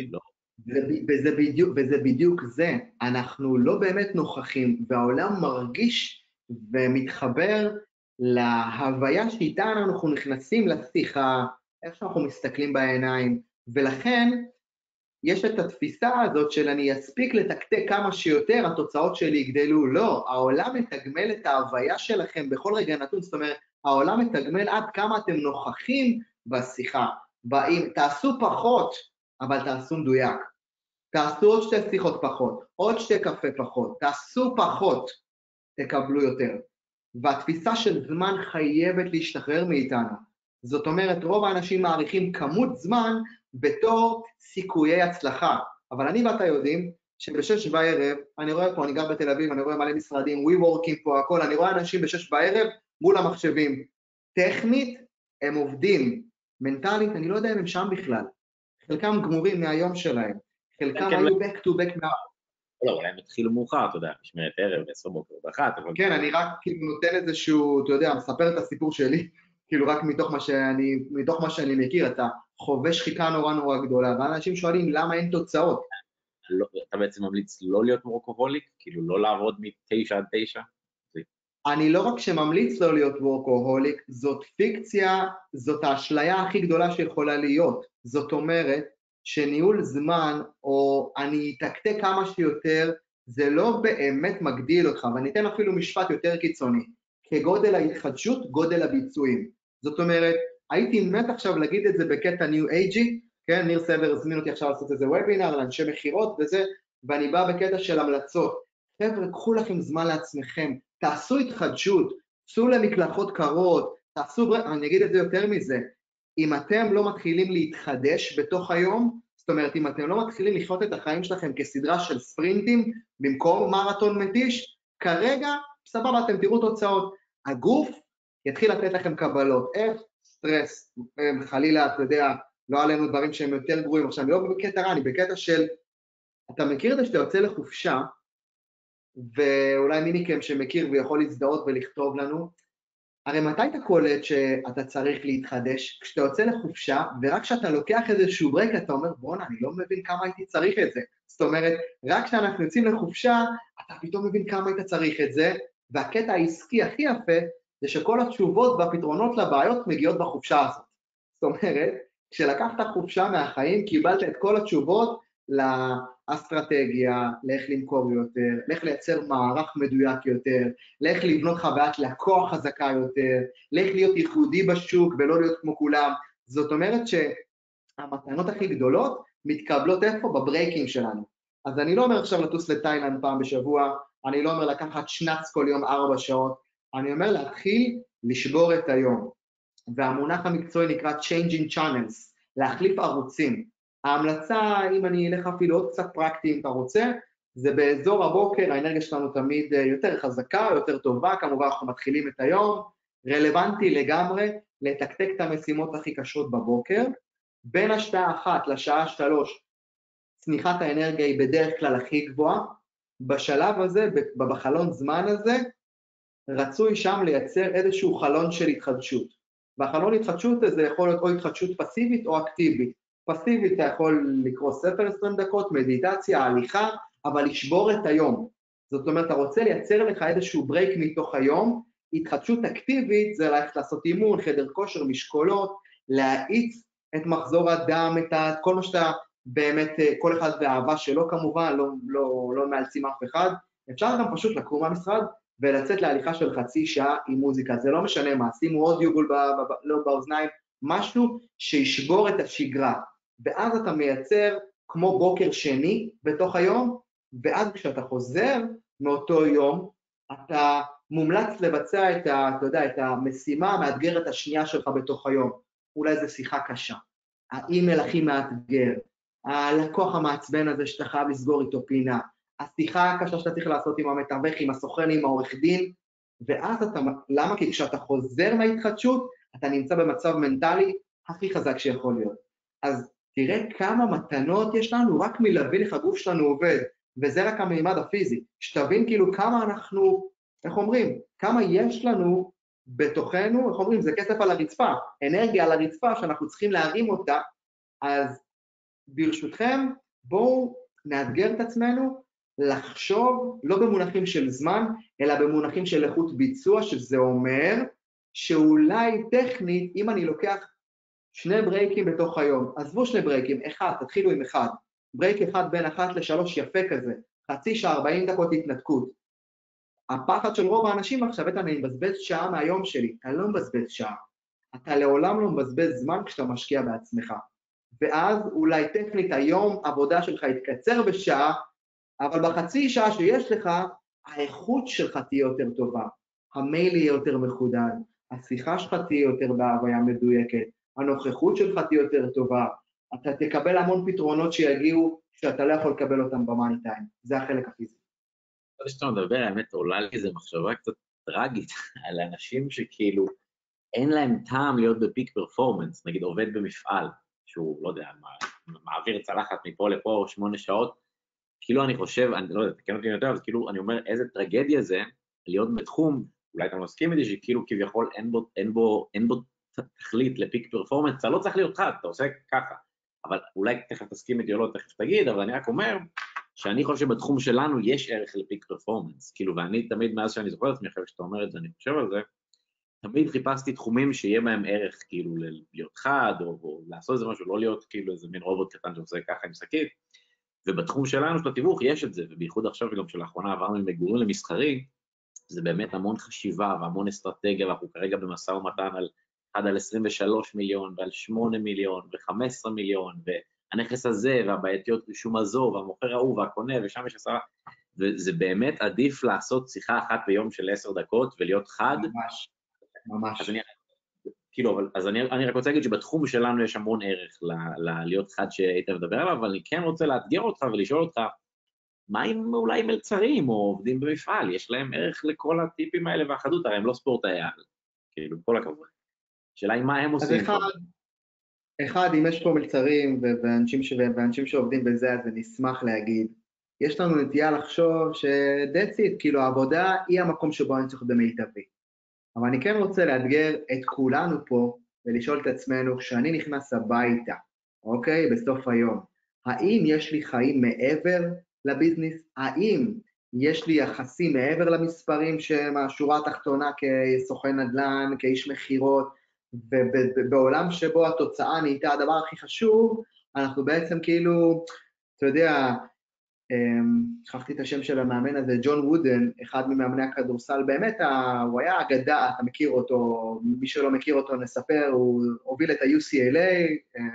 וזה בדיוק, וזה בדיוק זה, אנחנו לא באמת נוכחים, והעולם מרגיש ומתחבר להוויה שאיתה אנחנו נכנסים לשיחה, איך שאנחנו מסתכלים בעיניים, ולכן יש את התפיסה הזאת של אני אספיק לתקתק כמה שיותר, התוצאות שלי יגדלו. לא, העולם מתגמל את ההוויה שלכם בכל רגע נתון, זאת אומרת, העולם מתגמל עד כמה אתם נוכחים בשיחה. באים, תעשו פחות, אבל תעשו מדויק. תעשו עוד שתי שיחות פחות, עוד שתי קפה פחות, תעשו פחות, תקבלו יותר. והתפיסה של זמן חייבת להשתחרר מאיתנו. זאת אומרת, רוב האנשים מעריכים כמות זמן בתור סיכויי הצלחה. אבל אני ואתה יודעים שבשש בערב, אני רואה פה, אני גר בתל אביב, אני רואה מלא משרדים, we working פה, הכל, אני רואה אנשים בשש בערב מול המחשבים. טכנית, הם עובדים. מנטלית, אני לא יודע אם הם שם בכלל. חלקם גמורים מהיום שלהם. חלקם היו back to back מה... לא, אולי הם התחילו מאוחר, אתה יודע, משמרת ערב, עשר בוקר, באחת, אבל... כן, אני רק כאילו נותן איזשהו, אתה יודע, מספר את הסיפור שלי, כאילו רק מתוך מה שאני, מתוך מה שאני מכיר, אתה חווה שחיקה נורא נורא גדולה, ואנשים שואלים למה אין תוצאות. לא, אתה בעצם ממליץ לא להיות וורקוהוליק? כאילו לא לעבוד מתשע עד תשע? אני לא רק שממליץ לא להיות וורקוהוליק, זאת פיקציה, זאת האשליה הכי גדולה שיכולה להיות. זאת אומרת, שניהול זמן, או אני אתקתק כמה שיותר, זה לא באמת מגדיל אותך, ואני אתן אפילו משפט יותר קיצוני, כגודל ההתחדשות, גודל הביצועים. זאת אומרת, הייתי מת עכשיו להגיד את זה בקטע ניו אייג'י, כן, ניר סבר הזמין אותי עכשיו לעשות איזה וובינר, לאנשי מחירות וזה, ואני בא בקטע של המלצות. חבר'ה, קחו לכם זמן לעצמכם, תעשו התחדשות, צאו למקלחות קרות, תעשו, אני אגיד את זה יותר מזה, אם אתם לא מתחילים להתחדש בתוך היום, זאת אומרת, אם אתם לא מתחילים לחיות את החיים שלכם כסדרה של ספרינטים, במקום מרתון מתיש, כרגע, סבבה, אתם תראו תוצאות. הגוף יתחיל לתת לכם קבלות. איך? סטרס, חלילה, אתה יודע, לא עלינו דברים שהם יותר גרועים. עכשיו, אני לא בקטע רע, אני בקטע של, אתה מכיר את זה שאתה יוצא לחופשה, ואולי מי מכם שמכיר ויכול להזדהות ולכתוב לנו, הרי מתי אתה קולט שאתה צריך להתחדש? כשאתה יוצא לחופשה, ורק כשאתה לוקח איזשהו ברק, אתה אומר, בונה, אני לא מבין כמה הייתי צריך את זה. זאת אומרת, רק כשאנחנו יוצאים לחופשה, אתה פתאום מבין כמה היית צריך את זה, והקטע העסקי הכי יפה, זה שכל התשובות והפתרונות לבעיות מגיעות בחופשה הזאת. זאת אומרת, כשלקחת חופשה מהחיים, קיבלת את כל התשובות לאסטרטגיה, לאיך למכור יותר, לאיך לייצר מערך מדויק יותר, לאיך לבנות חוויית לקוח חזקה יותר, לאיך להיות ייחודי בשוק ולא להיות כמו כולם. זאת אומרת שהמתנות הכי גדולות מתקבלות איפה? בברייקים שלנו. אז אני לא אומר עכשיו לטוס לתאילנד פעם בשבוע, אני לא אומר לקחת שנץ כל יום ארבע שעות, אני אומר להתחיל לשבור את היום. והמונח המקצועי נקרא changing channels, להחליף ערוצים. ההמלצה, אם אני אלך אפילו עוד קצת פרקטי אם אתה רוצה, זה באזור הבוקר, האנרגיה שלנו תמיד יותר חזקה, יותר טובה, כמובן אנחנו מתחילים את היום, רלוונטי לגמרי לתקתק את המשימות הכי קשות בבוקר, בין השעה אחת לשעה שלוש, צניחת האנרגיה היא בדרך כלל הכי גבוהה, בשלב הזה, בחלון זמן הזה, רצוי שם לייצר איזשהו חלון של התחדשות, והחלון התחדשות הזה יכול להיות או התחדשות פסיבית או אקטיבית, פסיבית אתה יכול לקרוא ספר עשרים דקות, מדיטציה, הליכה, אבל לשבור את היום. זאת אומרת, אתה רוצה לייצר לך איזשהו ברייק מתוך היום, התחדשות אקטיבית זה ללכת לעשות אימון, חדר כושר, משקולות, להאיץ את מחזור הדם, את כל מה שאתה באמת, כל אחד והאהבה שלו כמובן, לא, לא, לא מאלצים אף אחד, אפשר גם פשוט לקום מהמשרד ולצאת להליכה של חצי שעה עם מוזיקה, זה לא משנה מה, שימו עוד יוגול לא באוזניים, משהו שישבור את השגרה, ואז אתה מייצר כמו בוקר שני בתוך היום, ואז כשאתה חוזר מאותו יום, אתה מומלץ לבצע את, ה, אתה יודע, את המשימה המאתגרת השנייה שלך בתוך היום, אולי זו שיחה קשה, האימייל הכי מאתגר, הלקוח המעצבן הזה שאתה חייב לסגור איתו פינה, השיחה הקשה שאתה צריך לעשות עם המתווך, עם הסוכן, עם העורך דין, ואז אתה, למה? כי כשאתה חוזר מההתחדשות, אתה נמצא במצב מנטלי הכי חזק שיכול להיות. אז תראה כמה מתנות יש לנו, רק מלהבין איך הגוף שלנו עובד, וזה רק המימד הפיזי, שתבין כאילו כמה אנחנו, איך אומרים, כמה יש לנו בתוכנו, איך אומרים, זה כסף על הרצפה, אנרגיה על הרצפה שאנחנו צריכים להרים אותה, אז ברשותכם, בואו נאתגר את עצמנו, לחשוב לא במונחים של זמן, אלא במונחים של איכות ביצוע, שזה אומר שאולי טכנית, אם אני לוקח שני ברייקים בתוך היום, עזבו שני ברייקים, אחד, תתחילו עם אחד, ברייק אחד בין אחת לשלוש יפה כזה, חצי שעה, ארבעים דקות התנתקות. הפחד של רוב האנשים עכשיו, אני מבזבז שעה מהיום שלי, אתה לא מבזבז שעה, אתה לעולם לא מבזבז זמן כשאתה משקיע בעצמך, ואז אולי טכנית היום עבודה שלך יתקצר בשעה, אבל בחצי שעה שיש לך, האיכות שלך תהיה יותר טובה, המייל יהיה יותר מחודד, השיחה שלך תהיה יותר בהוויה מדויקת, הנוכחות שלך תהיה יותר טובה, אתה תקבל המון פתרונות שיגיעו שאתה לא יכול לקבל אותם במאני טיים, זה החלק הפיזי. עוד שאתה מדבר, האמת עולה לי איזו מחשבה קצת טרגית על אנשים שכאילו אין להם טעם להיות בפיק פרפורמנס, נגיד עובד במפעל, שהוא, לא יודע, מעביר צלחת מפה לפה שמונה שעות, כאילו אני חושב, אני לא יודע, תקן אותי יותר, אז כאילו אני אומר איזה טרגדיה זה להיות בתחום, אולי אתה מסכים איתי שכאילו כביכול אין בו, אין בו, אין בו תכלית לפיק פרפורמנס, אתה לא צריך להיות חד, אתה עושה ככה, אבל אולי תכף תסכים איתי או לא, תכף תגיד, אבל אני רק אומר שאני חושב שבתחום שלנו יש ערך לפיק פרפורמנס, כאילו, ואני תמיד מאז שאני זוכר את עצמי, אחרי שאתה אומר את זה, אני חושב על זה, תמיד חיפשתי תחומים שיהיה בהם ערך, כאילו, להיות חד, או, או לעשות איזה משהו, לא להיות כאילו איזה מין רובוט קטן שעושה ככה עם שקית, ובתחום שלנו, של התיווך, יש את זה, ובייחוד עכשיו, גם שלאחרונה עברנו ממגורים למסחרי, זה באמת המון חשיבה והמון אסטרטגיה, ואנחנו כרגע במשא ומתן על אחד על עשרים ושלושה מיליון, ועל שמונה מיליון, ו-חמישה עשר מיליון, והנכס הזה, והבעייתיות רישום הזו, והמוכר ההוא, והקונה, ושם יש עשרה, וזה באמת עדיף לעשות שיחה אחת ביום של עשר דקות, ולהיות חד. ממש, ממש. אז אני, כאילו, אבל, אז אני, אני רק רוצה להגיד שבתחום שלנו יש המון ערך ל, ל, להיות חד שהיית מדבר עליו, אבל אני כן רוצה לאתגר אותך ולשאול אותך, מה אם אולי מלצרים או עובדים במפעל? יש להם ערך לכל הטיפים האלה והחדות, הרי הם לא ספורטאי על, כאילו, כל הכבוד. שאלה היא מה הם עושים. אז אחד, אחד, אם יש פה מלצרים ואנשים, ש... ואנשים שעובדים בזה, אז אני אשמח להגיד, יש לנו נטייה לחשוב ש-that's it, כאילו העבודה היא המקום שבו אני צריך במיטבי. אבל אני כן רוצה לאתגר את כולנו פה, ולשאול את עצמנו, כשאני נכנס הביתה, אוקיי, בסוף היום, האם יש לי חיים מעבר לביזנס? האם יש לי יחסים מעבר למספרים שמהשורה התחתונה כסוכן נדל"ן, כאיש מחירות, ובעולם שבו התוצאה נהייתה הדבר הכי חשוב, אנחנו בעצם כאילו, אתה יודע, שכחתי את השם של המאמן הזה, ג'ון וודן, אחד ממאמני הכדורסל, באמת הוא היה אגדה, אתה מכיר אותו, מי שלא מכיר אותו נספר, הוא הוביל את ה-יו סי אל איי,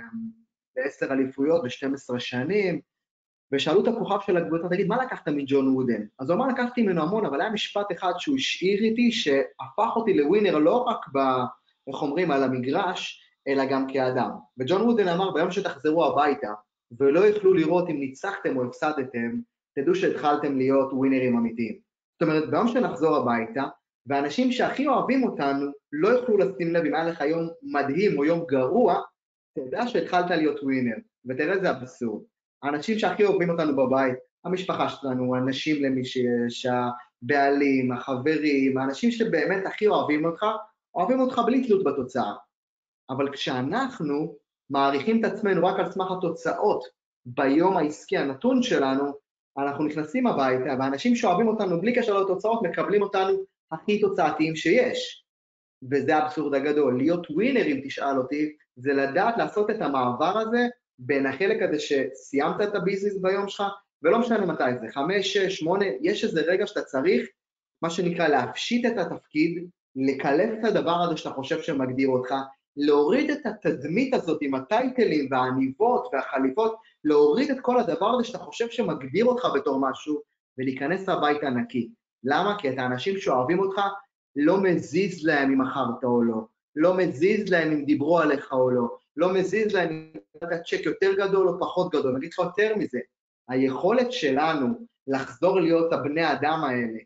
בעשר אליפויות, ב-שתים עשרה שנים, ושאלו את הכוכב של הקבוצה, תגיד, מה לקחת מג'ון וודן? אז הוא אמר, לקחתי ממנו המון, אבל היה משפט אחד שהוא השאיר איתי, שהפך אותי לווינר לא רק ב, איך אומרים, על המגרש, אלא גם כאדם. וג'ון וודן אמר, ביום שתחזרו הביתה, ולא יוכלו לראות אם ניצחתם או הפסדתם, תדעו שהתחלתם להיות ווינרים אמיתיים. זאת אומרת, ביום שנחזור הביתה, ואנשים שהכי אוהבים אותנו, לא יוכלו לשים לב אם היה לך יום מדהים או יום גרוע, תדע שהתחלת להיות ווינר, ותראה זה אבסורד. האנשים שהכי אוהבים אותנו בבית, המשפחה שלנו, האנשים למי שיש, הבעלים, החברים, האנשים שבאמת הכי אוהבים אותך, אוהבים אותך בלי תלות בתוצאה. אבל כשאנחנו מעריכים את עצמנו רק על סמך התוצאות ביום העסקי הנתון שלנו, אנחנו נכנסים הביתה, והאנשים שאוהבים אותנו בלי קשר לתוצאות, מקבלים אותנו הכי תוצאתיים שיש. וזה האבסורד הגדול. להיות ווינר, אם תשאל אותי, זה לדעת לעשות את המעבר הזה, בין החלק הזה שסיימת את הביזנס ביום שלך, ולא משנה מתי זה, חמש, שש, שמונה, יש איזה רגע שאתה צריך, מה שנקרא להפשיט את התפקיד, לקלף את הדבר הזה שאתה חושב שמגדיר אותך, להוריד את התדמית הזאת עם הטייטלים והעניבות והחליפות, להוריד את כל הדבר הזה שאתה חושב שמגדיר אותך בתור משהו, ולהיכנס הביתה נקי. למה? כי את האנשים שאוהבים אותך, לא מזיז להם אם אחרת או לא, לא מזיז להם אם דיברו עליך או לא, לא מזיז להם אם אתה צ'ק יותר גדול או פחות גדול, נגיד לך יותר מזה. היכולת שלנו לחזור להיות הבני אדם האלה,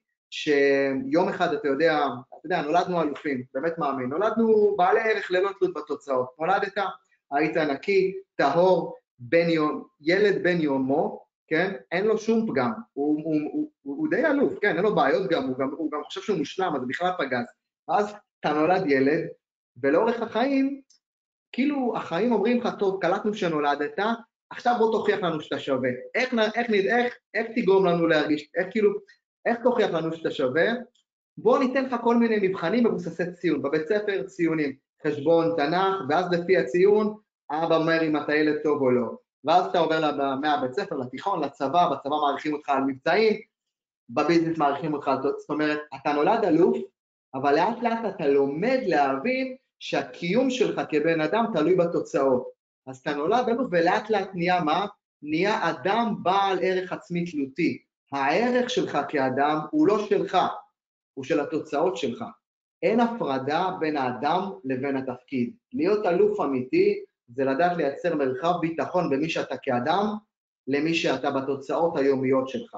שיום אחד אתה יודע, אתה יודע, נולדנו אלופים, באמת מאמין, נולדנו בעלי ערך ללא תלות בתוצאות, נולדת, היית נקי, טהור, בן יום, ילד בן יומו, כן? אין לו שום פגם, הוא, הוא, הוא, הוא, הוא די אלוף, כן? אין לו בעיות גם, הוא גם, הוא גם חושב שהוא מושלם, אז בכלל פגז. אז אתה נולד ילד, ולאורך החיים, כאילו החיים אומרים לך, טוב, קלטנו שנולדת, עכשיו בוא תוכיח לנו שאתה שווה. איך, איך, איך, איך תגרום לנו להרגיש, איך כאילו, איך תוכיח לנו שאתה שווה? בוא ניתן לך כל מיני מבחנים מבוססי ציון, בבית ספר ציונים. חשבון, תנ"ך, ואז לפי הציון, אבא אומר אם אתה ילד טוב או לא. ואז אתה עובר מהבית ספר, לתיכון, לצבא, בצבא מעריכים אותך על מבצעים, בביזנס מעריכים אותך, זאת אומרת, אתה נולד אלוף, אבל לאט לאט אתה לומד להבין שהקיום שלך כבן אדם תלוי בתוצאות. אז אתה נולד אלוף ולאט לאט נהיה מה? נהיה אדם בעל ערך עצמי תלותי. הערך שלך כאדם הוא לא שלך, הוא של התוצאות שלך. אין הפרדה בין האדם לבין התפקיד. להיות אלוף אמיתי זה לדעת לייצר מרחב ביטחון במי שאתה כאדם, למי שאתה בתוצאות היומיות שלך.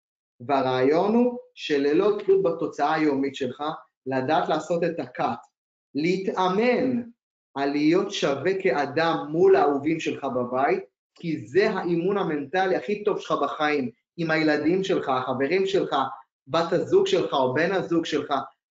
והרעיון הוא שללא תלות בתוצאה היומית שלך, לדעת לעשות את הקאט, להתאמן על להיות שווה כאדם מול האהובים שלך בבית, כי זה האימון המנטלי הכי טוב שלך בחיים, עם הילדים שלך, החברים שלך, בת הזוג שלך או בן הזוג שלך,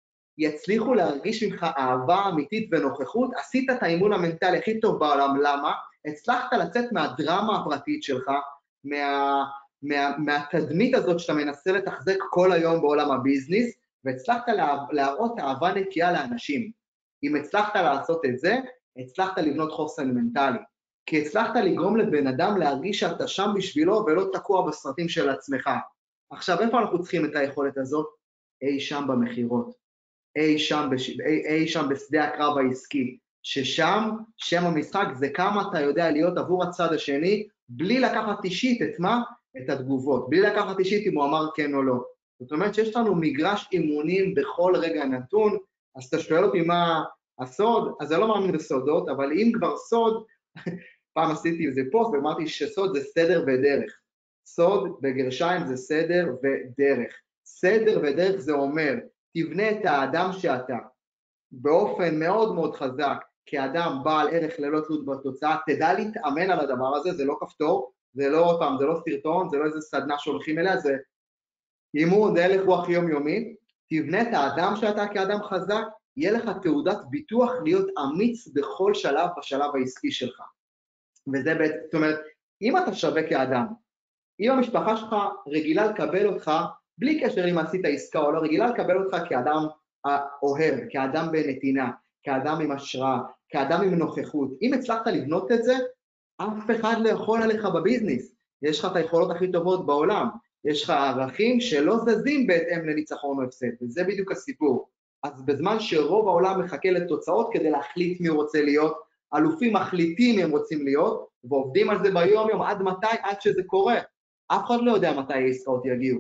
יצליחו להרגיש ממך אהבה אמיתית ונוכחות, עשית את האימון המנטלי הכי טוב בעולם, למה? הצלחת לצאת מהדרמה הפרטית שלך, מה... מה, מהתדמית הזאת שאתה מנסה לתחזק כל היום בעולם הביזנס, והצלחת לה, להראות אהבה נקייה לאנשים. אם הצלחת לעשות את זה, הצלחת לבנות חוסן מנטלי. כי הצלחת לגרום לבן אדם להרגיש שאתה שם בשבילו ולא תקוע בסרטים של עצמך. עכשיו, איפה אנחנו צריכים את היכולת הזאת? אי שם במחירות. אי שם, בש... אי, אי שם בשדה הקרב העסקי. ששם, שם המשחק זה כמה אתה יודע להיות עבור הצד השני, בלי לקחת אישית את מה? את התגובות, בלי לקחת אישית אם הוא אמר כן או לא. זאת אומרת שיש לנו מגרש אימונים בכל רגע נתון, אז אתה שואל אותי מה הסוד, אז אני לא מאמין בסודות, אבל אם כבר סוד, פעם עשיתי איזה פוסט ואמרתי שסוד זה סדר ודרך. סוד בגרשיים זה סדר ודרך. סדר ודרך זה אומר, תבנה את האדם שאתה, באופן מאוד מאוד חזק, כאדם בעל ערך ללא תלות בתוצאה, תדע להתאמן על הדבר הזה, זה לא כפתור, זה לא עוד פעם, זה לא סרטון, זה לא איזה סדנה שהולכים אליה, זה אימון, זה הלך רוח יומיומי, תבנה את האדם שאתה כאדם חזק, יהיה לך תעודת ביטוח להיות אמיץ בכל שלב בשלב העסקי שלך. וזה בעצם, זאת אומרת, אם אתה שווה כאדם, אם המשפחה שלך רגילה לקבל אותך, בלי קשר אם עשית עסקה או לא, רגילה לקבל אותך כאדם אוהב, כאדם בנתינה, כאדם עם השראה, כאדם עם נוכחות, אם הצלחת לבנות את זה, אף אחד לא יכול עליך בביזנס, יש לך את היכולות הכי טובות בעולם, יש לך ערכים שלא זזים בהתאם לניצחון או הפסד, וזה בדיוק הסיפור. אז בזמן שרוב העולם מחכה לתוצאות כדי להחליט מי הוא רוצה להיות, אלופים מחליטים מי הם רוצים להיות, ועובדים על זה ביום יום עד מתי, עד שזה קורה. אף אחד לא יודע מתי העסקאות יגיעו,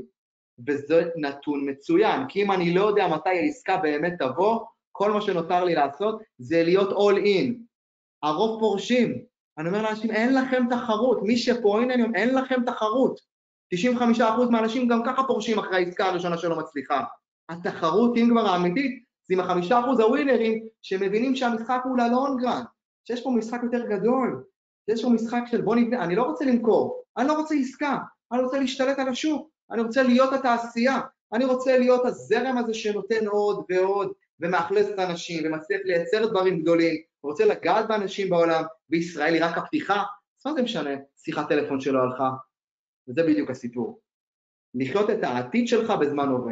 וזה נתון מצוין, כי אם אני לא יודע מתי העסקה באמת תבוא, כל מה שנותר לי לעשות זה להיות all in. הרוב פורשים, אני אומר לאנשים, אין לכם תחרות, מי שפורין היום, אין לכם תחרות. תשעים וחמישה אחוז מהאנשים גם ככה פורשים אחרי העסקה הראשונה שלא מצליחה. התחרות, אם כבר האמיתית, זה עם החמישה אחוז הווינרים, שמבינים שהמשחק הוא ללונגרן, שיש פה משחק יותר גדול, שיש פה משחק של בוא נבנה, אני לא רוצה למכור, אני לא רוצה עסקה, אני רוצה להשתלט על השוק, אני רוצה להיות התעשייה, אני רוצה להיות הזרם הזה שנותן עוד ועוד, ומאכלס את האנשים, ומצליח לייצר דברים גדולים, ורוצה לגעת באנשים בעולם, בישראל היא רק הפתיחה, אז מה זה משנה? שיחת טלפון שלא הלכה, וזה בדיוק הסיפור. לחיות את העתיד שלך בזמן הווה.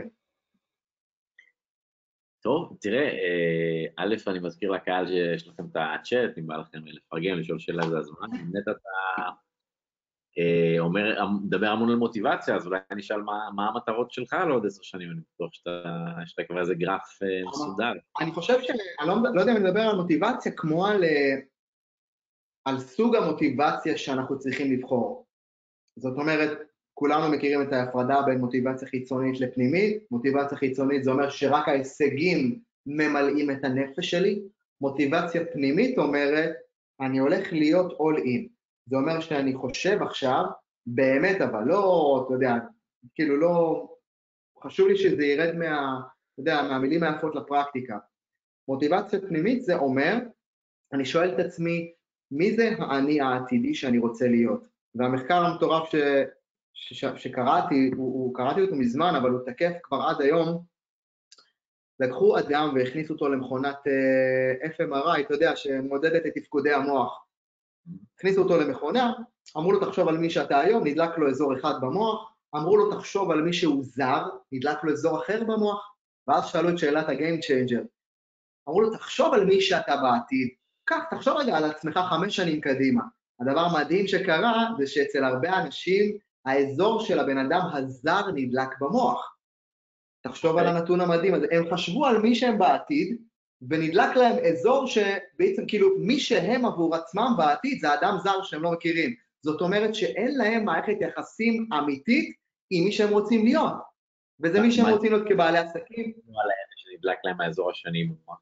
טוב, תראה, א', אני מזכיר לקהל שיש לכם את הצ'אט, אם בא לכם לפרגן, לשאול שאלה זה הזמן, אם נטע אתה אומר, מדבר המון על מוטיבציה, אז אולי אני אשאל מה, מה המטרות שלך לעוד עשר שנים, אני בטוח שאתה, שאתה כבר איזה גרף מסודר. אני חושב שאני לא, לא יודע אם אני מדבר על מוטיבציה, כמו על, על סוג המוטיבציה שאנחנו צריכים לבחור. זאת אומרת, כולנו מכירים את ההפרדה בין מוטיבציה חיצונית לפנימית, מוטיבציה חיצונית זה אומר שרק ההישגים ממלאים את הנפש שלי, מוטיבציה פנימית אומרת, אני הולך להיות all in, זה אומר שאני חושב עכשיו, באמת אבל לא, אתה יודע, כאילו לא, חשוב לי שזה ירד מה, אתה יודע, מהמילים היפות לפרקטיקה. מוטיבציה פנימית זה אומר, אני שואל את עצמי, מי זה האני העתידי שאני רוצה להיות? והמחקר המטורף ש... ש... ש... שקראתי, הוא, הוא, קראתי אותו מזמן, אבל הוא תקף כבר עד היום, לקחו אדם והכניסו אותו למכונת uh, אף אם אר איי, אתה יודע, שמודדת את תפקודי המוח. הכניסו אותו למכונה, אמרו לו תחשוב על מי שאתה היום, נדלק לו אזור אחד במוח, אמרו לו תחשוב על מי שהוא זר, נדלק לו אזור אחר במוח, ואז שאלו את שאלת ה-game changer, אמרו לו, תחשוב על מי שאתה בעתיד, כך, תחשוב רגע על עצמך חמש שנים קדימה. הדבר המדהים שקרה, זה שאצל הרבה אנשים, האזור של הבן אדם הזר נדלק במוח. תחשוב על הנתון המדהים הזה, הם חשבו על מי שהם בעתיד, ונדלק להם אזור שבעצם כאילו מי שהם עבור עצמם בעתיד, זה אדם זר שהם לא מכירים. זאת אומרת שאין להם מערכת יחסים אמיתית עם מי שהם רוצים להיות. וזה מי שהם רוצים להיות כבעלי עסקים. שנדלק להם האזור השני במוח.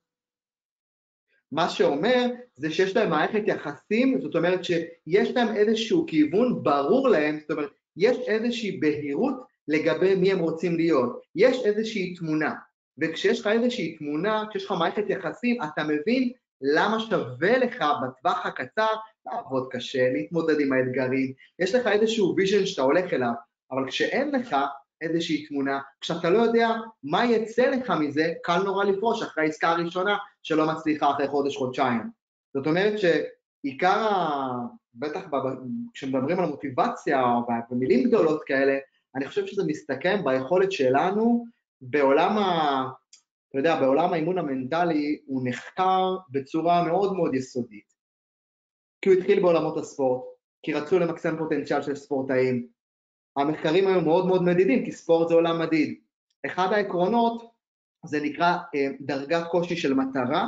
מה שאומר זה שיש להם מערכת יחסים, זאת אומרת שיש להם איזשהו כיוון ברור להם, זאת אומרת, יש איזושהי בהירות לגבי מי הם רוצים להיות, יש איזושהי תמונה, וכשיש לך איזושהי תמונה, כשיש לך מערכת יחסים, אתה מבין למה שווה לך בטווח הקצר לעבוד קשה, להתמודד עם האתגרים, יש לך איזשהו ויז'ן שאתה הולך אליו, אבל כשאין לך איזושהי תמונה, כשאתה לא יודע מה יצא לך מזה, קל נורא לפרוש אחרי העסקה הראשונה שלא מצליחה אחרי חודש, חודשיים. זאת אומרת שעיקר, בטח כשמדברים על מוטיבציה או במילים גדולות כאלה, אני חושב שזה מסתכם ביכולת שלנו בעולם ה... אתה יודע, בעולם האימון המנטלי הוא נחקר בצורה מאוד מאוד יסודית. כי הוא התחיל בעולמות הספורט, כי רצו למקסם פוטנציאל של ספורטאים. המחקרים היו מאוד מאוד מדידים, כי ספורט זה עולם מדיד. אחד העקרונות זה נקרא דרגת קושי של מטרה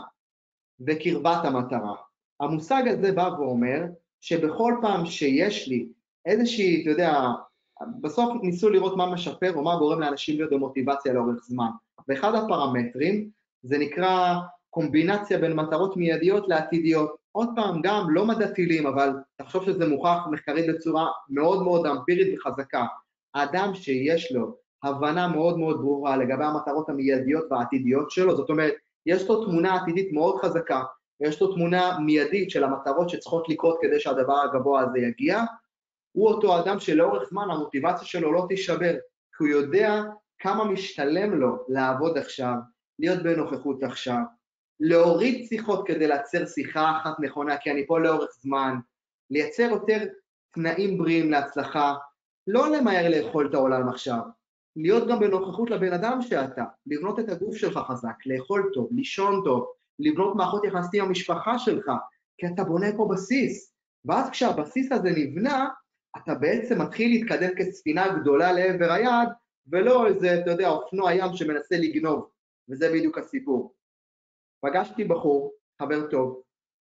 וקרבת המטרה. המושג הזה בא ואומר שבכל פעם שיש לי איזושהי, אתה יודע, בסוף ניסו לראות מה משפר או מה גורם לאנשים להיות במוטיבציה לאורך זמן. ואחד הפרמטרים זה נקרא קומבינציה בין מטרות מיידיות לעתידיות. עוד פעם, גם לא מדע טילים, אבל תחשוב שזה מוכח מחקרית בצורה מאוד מאוד אמפירית וחזקה. האדם שיש לו הבנה מאוד מאוד ברורה לגבי המטרות המיידיות והעתידיות שלו, זאת אומרת, יש לו תמונה עתידית מאוד חזקה, יש לו תמונה מיידית של המטרות שצריכות לקרות כדי שהדבר הגבוה הזה יגיע, הוא אותו אדם שלאורך זמן המוטיבציה שלו לא תישבר, כי הוא יודע כמה משתלם לו לעבוד עכשיו, להיות בנוכחות עכשיו, להוריד שיחות כדי לייצר שיחה אחת נכונה, כי אני פה לאורך זמן, לייצר יותר תנאים בריאים להצלחה, לא למהר לאכול את העולם עכשיו, להיות גם בנוכחות לבן אדם שאתה, לבנות את הגוף שלך חזק, לאכול טוב, לישון טוב, לבנות מערכות יחסים עם המשפחה שלך, כי אתה בונה פה בסיס, ואז כשהבסיס הזה נבנה, אתה בעצם מתחיל להתקדם כספינה גדולה לעבר היד, ולא איזה, אתה יודע, אופנוע ים שמנסה לגנוב, וזה בדיוק הסיפור. פגשתי בחור, חבר טוב,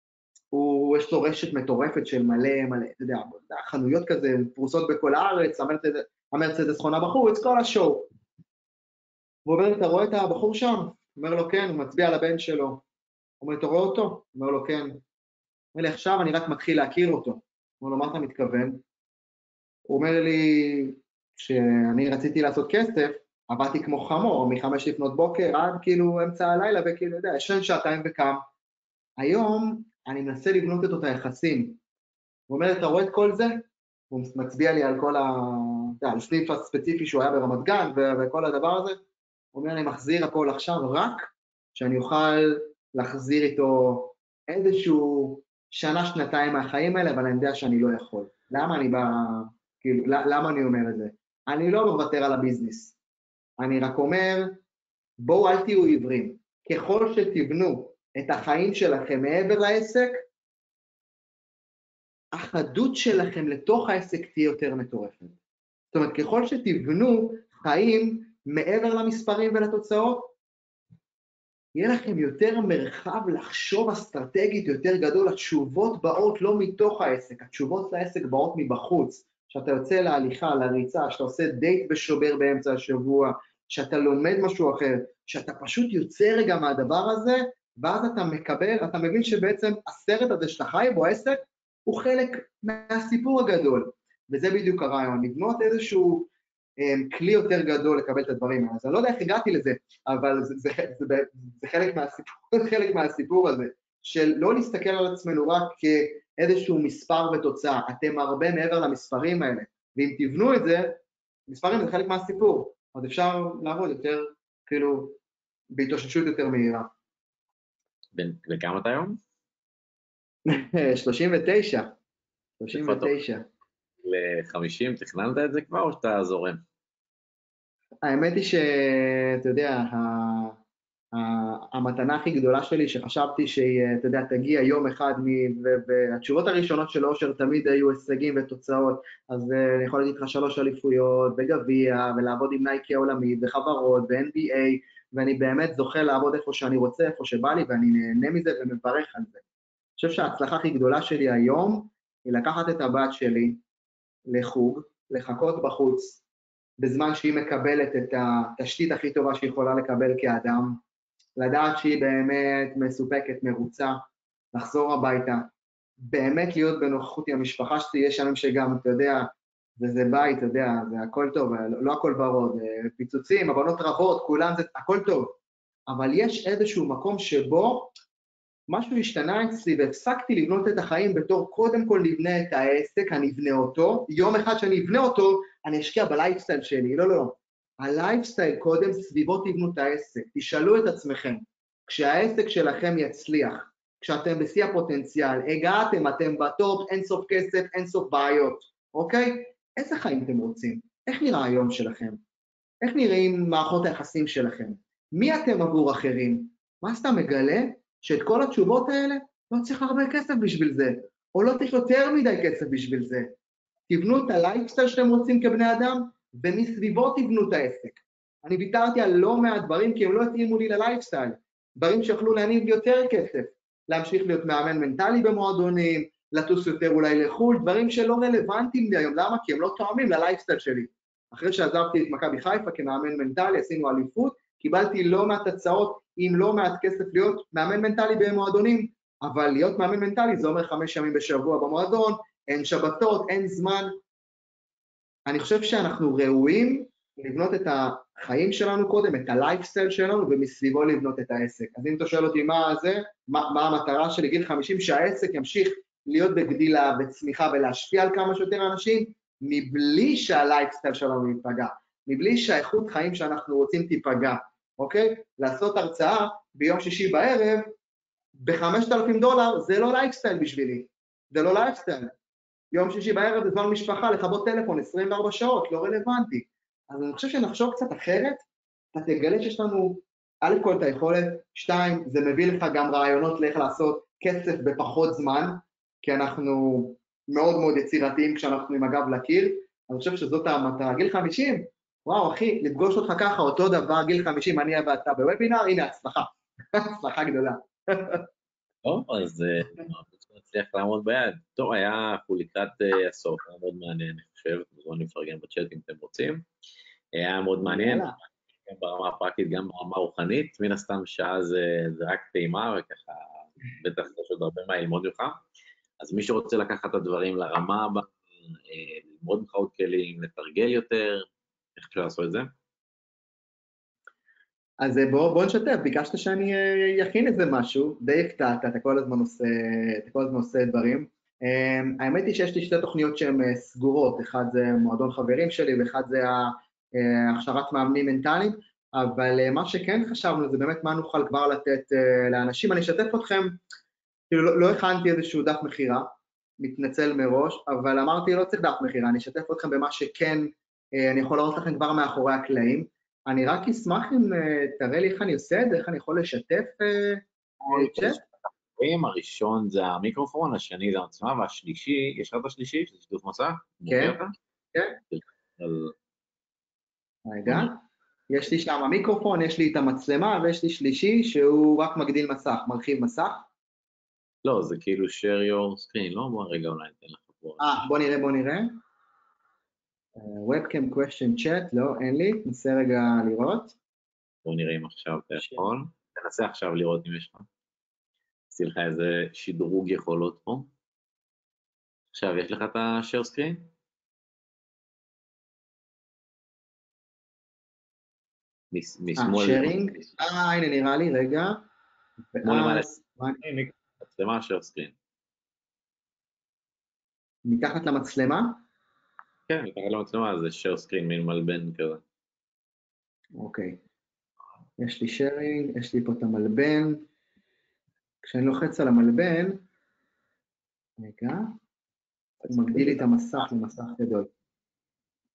הוא, יש לו רשת מטורפת של מלא, מלא, אתה יודע, חנויות כזה, פרוסות בכל הארץ, המרצדס, המרצדס חונה בחוץ, כל השואו. הוא אומר, אתה רואה את הבחור שם? הוא אומר לו, כן, הוא מצביע על הבן שלו. הוא אומר, אתה רואה אותו? הוא אומר לו, כן. הוא אומר לי, עכשיו אני רק מתחיל להכיר אותו. הוא אומר לו, מה אתה מתכוון? הוא אומר לי, שאני רציתי לעשות כסף, עבדתי כמו חמור, מחמש לפנות בוקר עד כאילו אמצע הלילה, וכאילו, יודע, ישן שעתיים וקם. היום אני מנסה לבנות את אותה יחסים. הוא אומר, אתה רואה את כל זה? הוא מצביע לי על כל ה... על סניף הספציפי שהוא היה ברמת גן, וכל הדבר הזה. הוא אומר, אני מחזיר הכל עכשיו, רק שאני אוכל להחזיר איתו איזשהו שנה, שנתיים מהחיים האלה, אבל אני יודע שאני לא יכול. למה אני בא... כאילו, למה אני אומר את זה? אני לא מוותר על הביזנס. אני רק אומר, בואו אל תהיו עיוורים. ככל שתבנו את החיים שלכם מעבר לעסק, החדות שלכם לתוך העסק תהיה יותר מטורפת. זאת אומרת, ככל שתבנו חיים מעבר למספרים ולתוצאות, יהיה לכם יותר מרחב לחשוב אסטרטגית יותר גדול, התשובות באות לא מתוך העסק, התשובות לעסק באות מבחוץ, שאתה יוצא להליכה, להריצה, שאתה עושה דייט בשובר באמצע השבוע, שאתה לומד משהו אחר, שאתה פשוט יוצא רגע מהדבר הזה, ואז אתה מקבל, אתה מבין שבעצם הסרט הזה שאתה חי בו, העסק, הוא חלק מהסיפור הגדול, וזה בדיוק הרעיון, לבנות איזשהו um, כלי יותר גדול לקבל את הדברים האלה. אז אני לא יודע איך הגעתי לזה, אבל זה, זה, זה, זה, זה חלק מהסיפור, חלק מהסיפור הזה, של לא להסתכל על עצמנו רק כאיזשהו מספר ותוצאה, אתם הרבה מעבר למספרים האלה, ואם תבנו את זה, מספרים זה חלק מהסיפור, אז אפשר לעבוד יותר, כאילו, בהתאוששות יותר מהירה. וכמה אתה היום? שלושים ותשע. שלושים ותשע. ל-חמישים, תכננת את זה כבר או שאתה זורם? האמת היא שאתה יודע, המתנה הכי גדולה שלי, שחשבתי שהיא, אתה יודע, תגיע יום אחד, והתשובות הראשונות של אושר תמיד היו הישגים ותוצאות, אז אני יכול להגיד לך שלוש אליפויות, וגביע, ולעבוד עם נייקי העולמית, וחברות, ו-אן בי איי, ואני באמת זוכה לעבוד איפה שאני רוצה, איפה שבא לי, ואני נהנה מזה ומברך על זה. אני חושב שההצלחה הכי גדולה שלי היום, היא לקחת את הבת שלי לחוג, לחכות בחוץ, בזמן שהיא מקבלת את התשתית הכי טובה שהיא יכולה לקבל כאדם, לדעת שהיא באמת מסופקת, מרוצה, לחזור הביתה, באמת להיות בנוכחות עם המשפחה שלי, יש ימים שגם, אתה יודע, וזה בית, אתה יודע, זה הכל טוב, לא הכל ורוד, פיצוצים, הבנות רבות, כולם זה, הכל טוב, אבל יש איזשהו מקום שבו משהו השתנה אצלי, והפסקתי לבנות את החיים בתור קודם כל נבנה את העסק, אני אבנה אותו, יום אחד שאני אבנה אותו, אני אשקיע בלייפסטייל שלי, לא, לא, הלייפסטייל קודם סביבות תבנו את העסק, תשאלו את עצמכם, כשהעסק שלכם יצליח, כשאתם בשיא הפוטנציאל, הגעתם, אתם בטופ, אין סוף כסף, אין סוף בעיות, אוקיי? איזה חיים אתם רוצים? איך נראה היום שלכם? איך נראים מערכות היחסים שלכם? מי אתם עבור אחרים? מה שאתה מגלה? שאת כל התשובות האלה לא צריך הרבה כסף בשביל זה, או לא צריך יותר מדי כסף בשביל זה. תבנו את הלייפסטייל שאתם רוצים כבני אדם, ומסביבו תבנו את העסק. אני ויתרתי על לא מעט דברים, כי הם לא התאימו לי ללייפסטייל. דברים שיכולו להניב לי יותר כסף, להמשיך להיות מאמן מנטלי במועדונים, לטוס יותר אולי לחו"ל, דברים שלא רלוונטיים לי היום. למה? כי הם לא תואמים ללייפסטייל שלי. אחרי שעזבתי את מכבי חיפה כמאמן מנטלי, עשינו אליפות, קיבלתי לא מעט הצעות, עם לא מעט כסף להיות מאמן מנטלי במועדונים, אבל להיות מאמן מנטלי זה אומר חמש ימים בשבוע במועדון, אין שבתות, אין זמן. אני חושב שאנחנו ראויים לבנות את החיים שלנו קודם, את הלייפסטייל שלנו, ומסביבו לבנות את העסק. אז אם אתה שואל אותי מה זה, מה, מה המטרה שלי, גיל חמישים, שהעסק ימשיך להיות בגדילה, בצמיחה, ולהשפיע על כמה שיותר אנשים, מבלי שהלייפסטייל שלנו ייפגע, מבלי שהאיכות חיים שאנחנו רוצים תיפגע, אוקיי? לעשות הרצאה ביום שישי בערב, ב-חמשת אלפים דולר, זה לא לייפסטייל בשבילי, זה לא לייפסטייל. יום שישי בערב זה זמן משפחה, לכבות טלפון עשרים וארבע שעות, לא רלוונטי. אז אני חושב שנחשוב קצת אחרת, אתה תגלה שיש לנו, א' כל את היכולת, שתיים, זה מביא לך גם רעיונות לאיך לעשות כסף בפחות זמן, כי אנחנו מאוד מאוד יצירתיים כשאנחנו עם הגב לקיר, אני חושב שזאת המטרה. גיל חמישים, וואו אחי, לפגוש אותך ככה, אותו דבר, גיל חמישים, אני ואתה בוובינר, הנה הצלחה, הצלחה גדולה. טוב, אז אנחנו נצליח לעמוד ביד. טוב, היה לקראת הסוף, היה מאוד מעניין, אני חושב, בואו נפרגן בצ'אט אם אתם רוצים. היה מאוד מעניין, גם ברמה הפרקטית, גם ברמה רוחנית, מן הסתם שעה זה, זה רק טעימה, וככה בטח יש עוד הרבה מה ללמוד ממך. אז מי שרוצה לקחת את הדברים לרמה הבאה, ללמוד ממך עוד כלים, לתרגל יותר, איך אפשר לעשות את זה? אז בוא, בוא נשתף, ביקשת שאני יכין איזה משהו, די הקטעת, אתה כל הזמן עושה, אתה כל הזמן עושה דברים. האמת היא שיש לי שתי תוכניות שהן סגורות, אחד זה מועדון חברים שלי, ואחד זה הכשרת מאמנים מנטליים, אבל מה שכן חשבנו זה באמת מה נוכל כבר לתת לאנשים. אני אשתף אתכם, כאילו לא, לא הכנתי איזשהו דף מחירה, מתנצל מראש, אבל אמרתי לא צריך דף מחירה, אני אשתף אתכם במה שכן, אני יכול לראות לכם כבר מאחורי הקלעים. אני רק אשמח אם תראה לי איך אני עושה את זה, איך אני יכול לשתף צ'אט. הראשון זה המיקרופון, השני זה המצלמה, והשלישי, יש לך את השלישי, שזה שיתוף מסך? כן, כן. רגע, יש לי שם המיקרופון, יש לי את המצלמה, ויש לי שלישי שהוא רק מגדיל מסך, מרחיב מסך. לא, זה כאילו share your screen, לא? בוא רגע אולי ניתן לך פה. אה, בוא נראה, בוא נראה. Webcam question chat, לא, אין לי, ננסה רגע לראות. בוא נראה אם עכשיו אתה יכול. תנסה עכשיו לראות אם יש לך. עשי לך איזה שדרוג יכולות פה. עכשיו, יש לך את ה-share screen? אה, sharing? אה, הנה נראה לי, רגע. מצלמה share screen. מתחת למצלמה? כן, מתחת למצלמה זה share screen מין מלבן כזה. אוקיי. יש לי sharing, יש לי פה את המלבן. כשאני לוחץ על המלבן, רגע, הוא מגדיל לי את המסך למסך גדול.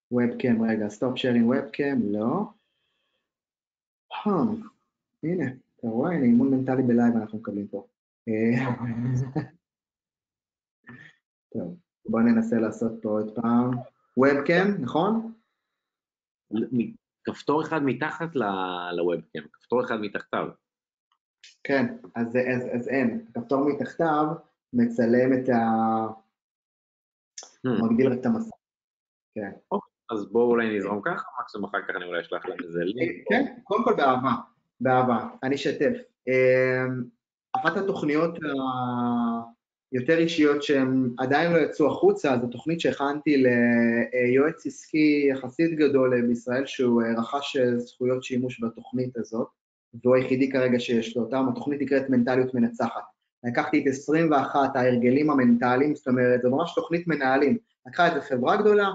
Webcam, רגע, stop sharing webcam, לא. הום, הנה, אתה רואה, הנה, אימון מנטלי בלייב אנחנו מקבלים פה. טוב, בואו ננסה לעשות פה עוד פעם. וובקאם, נכון? כפתור אחד מתחת לוובקאם, כפתור אחד מתחתיו. כן, אז, אז, אז אין. הכפתור מתחתיו מצלם את ה... מגדיל את המסך. כן. אז בואו אולי נזרום ככה, מקסימום אחר כך אני אולי אשלח להם איזה לינק. כן, קודם כל באהבה, באהבה. אני אשתף. אחת התוכניות היותר אישיות שהן עדיין לא יצאו החוצה, זו תוכנית שהכנתי ליועץ עסקי יחסית גדול בישראל, שהוא רכש זכויות שימוש בתוכנית הזאת, והוא היחידי כרגע שיש לו אותם. התוכנית נקראת מנטליות מנצחת. לקחתי את עשרים ואחת ההרגלים המנטליים, זאת אומרת, זו ממש תוכנית מנהלים. לקחה את זה חברה גדולה,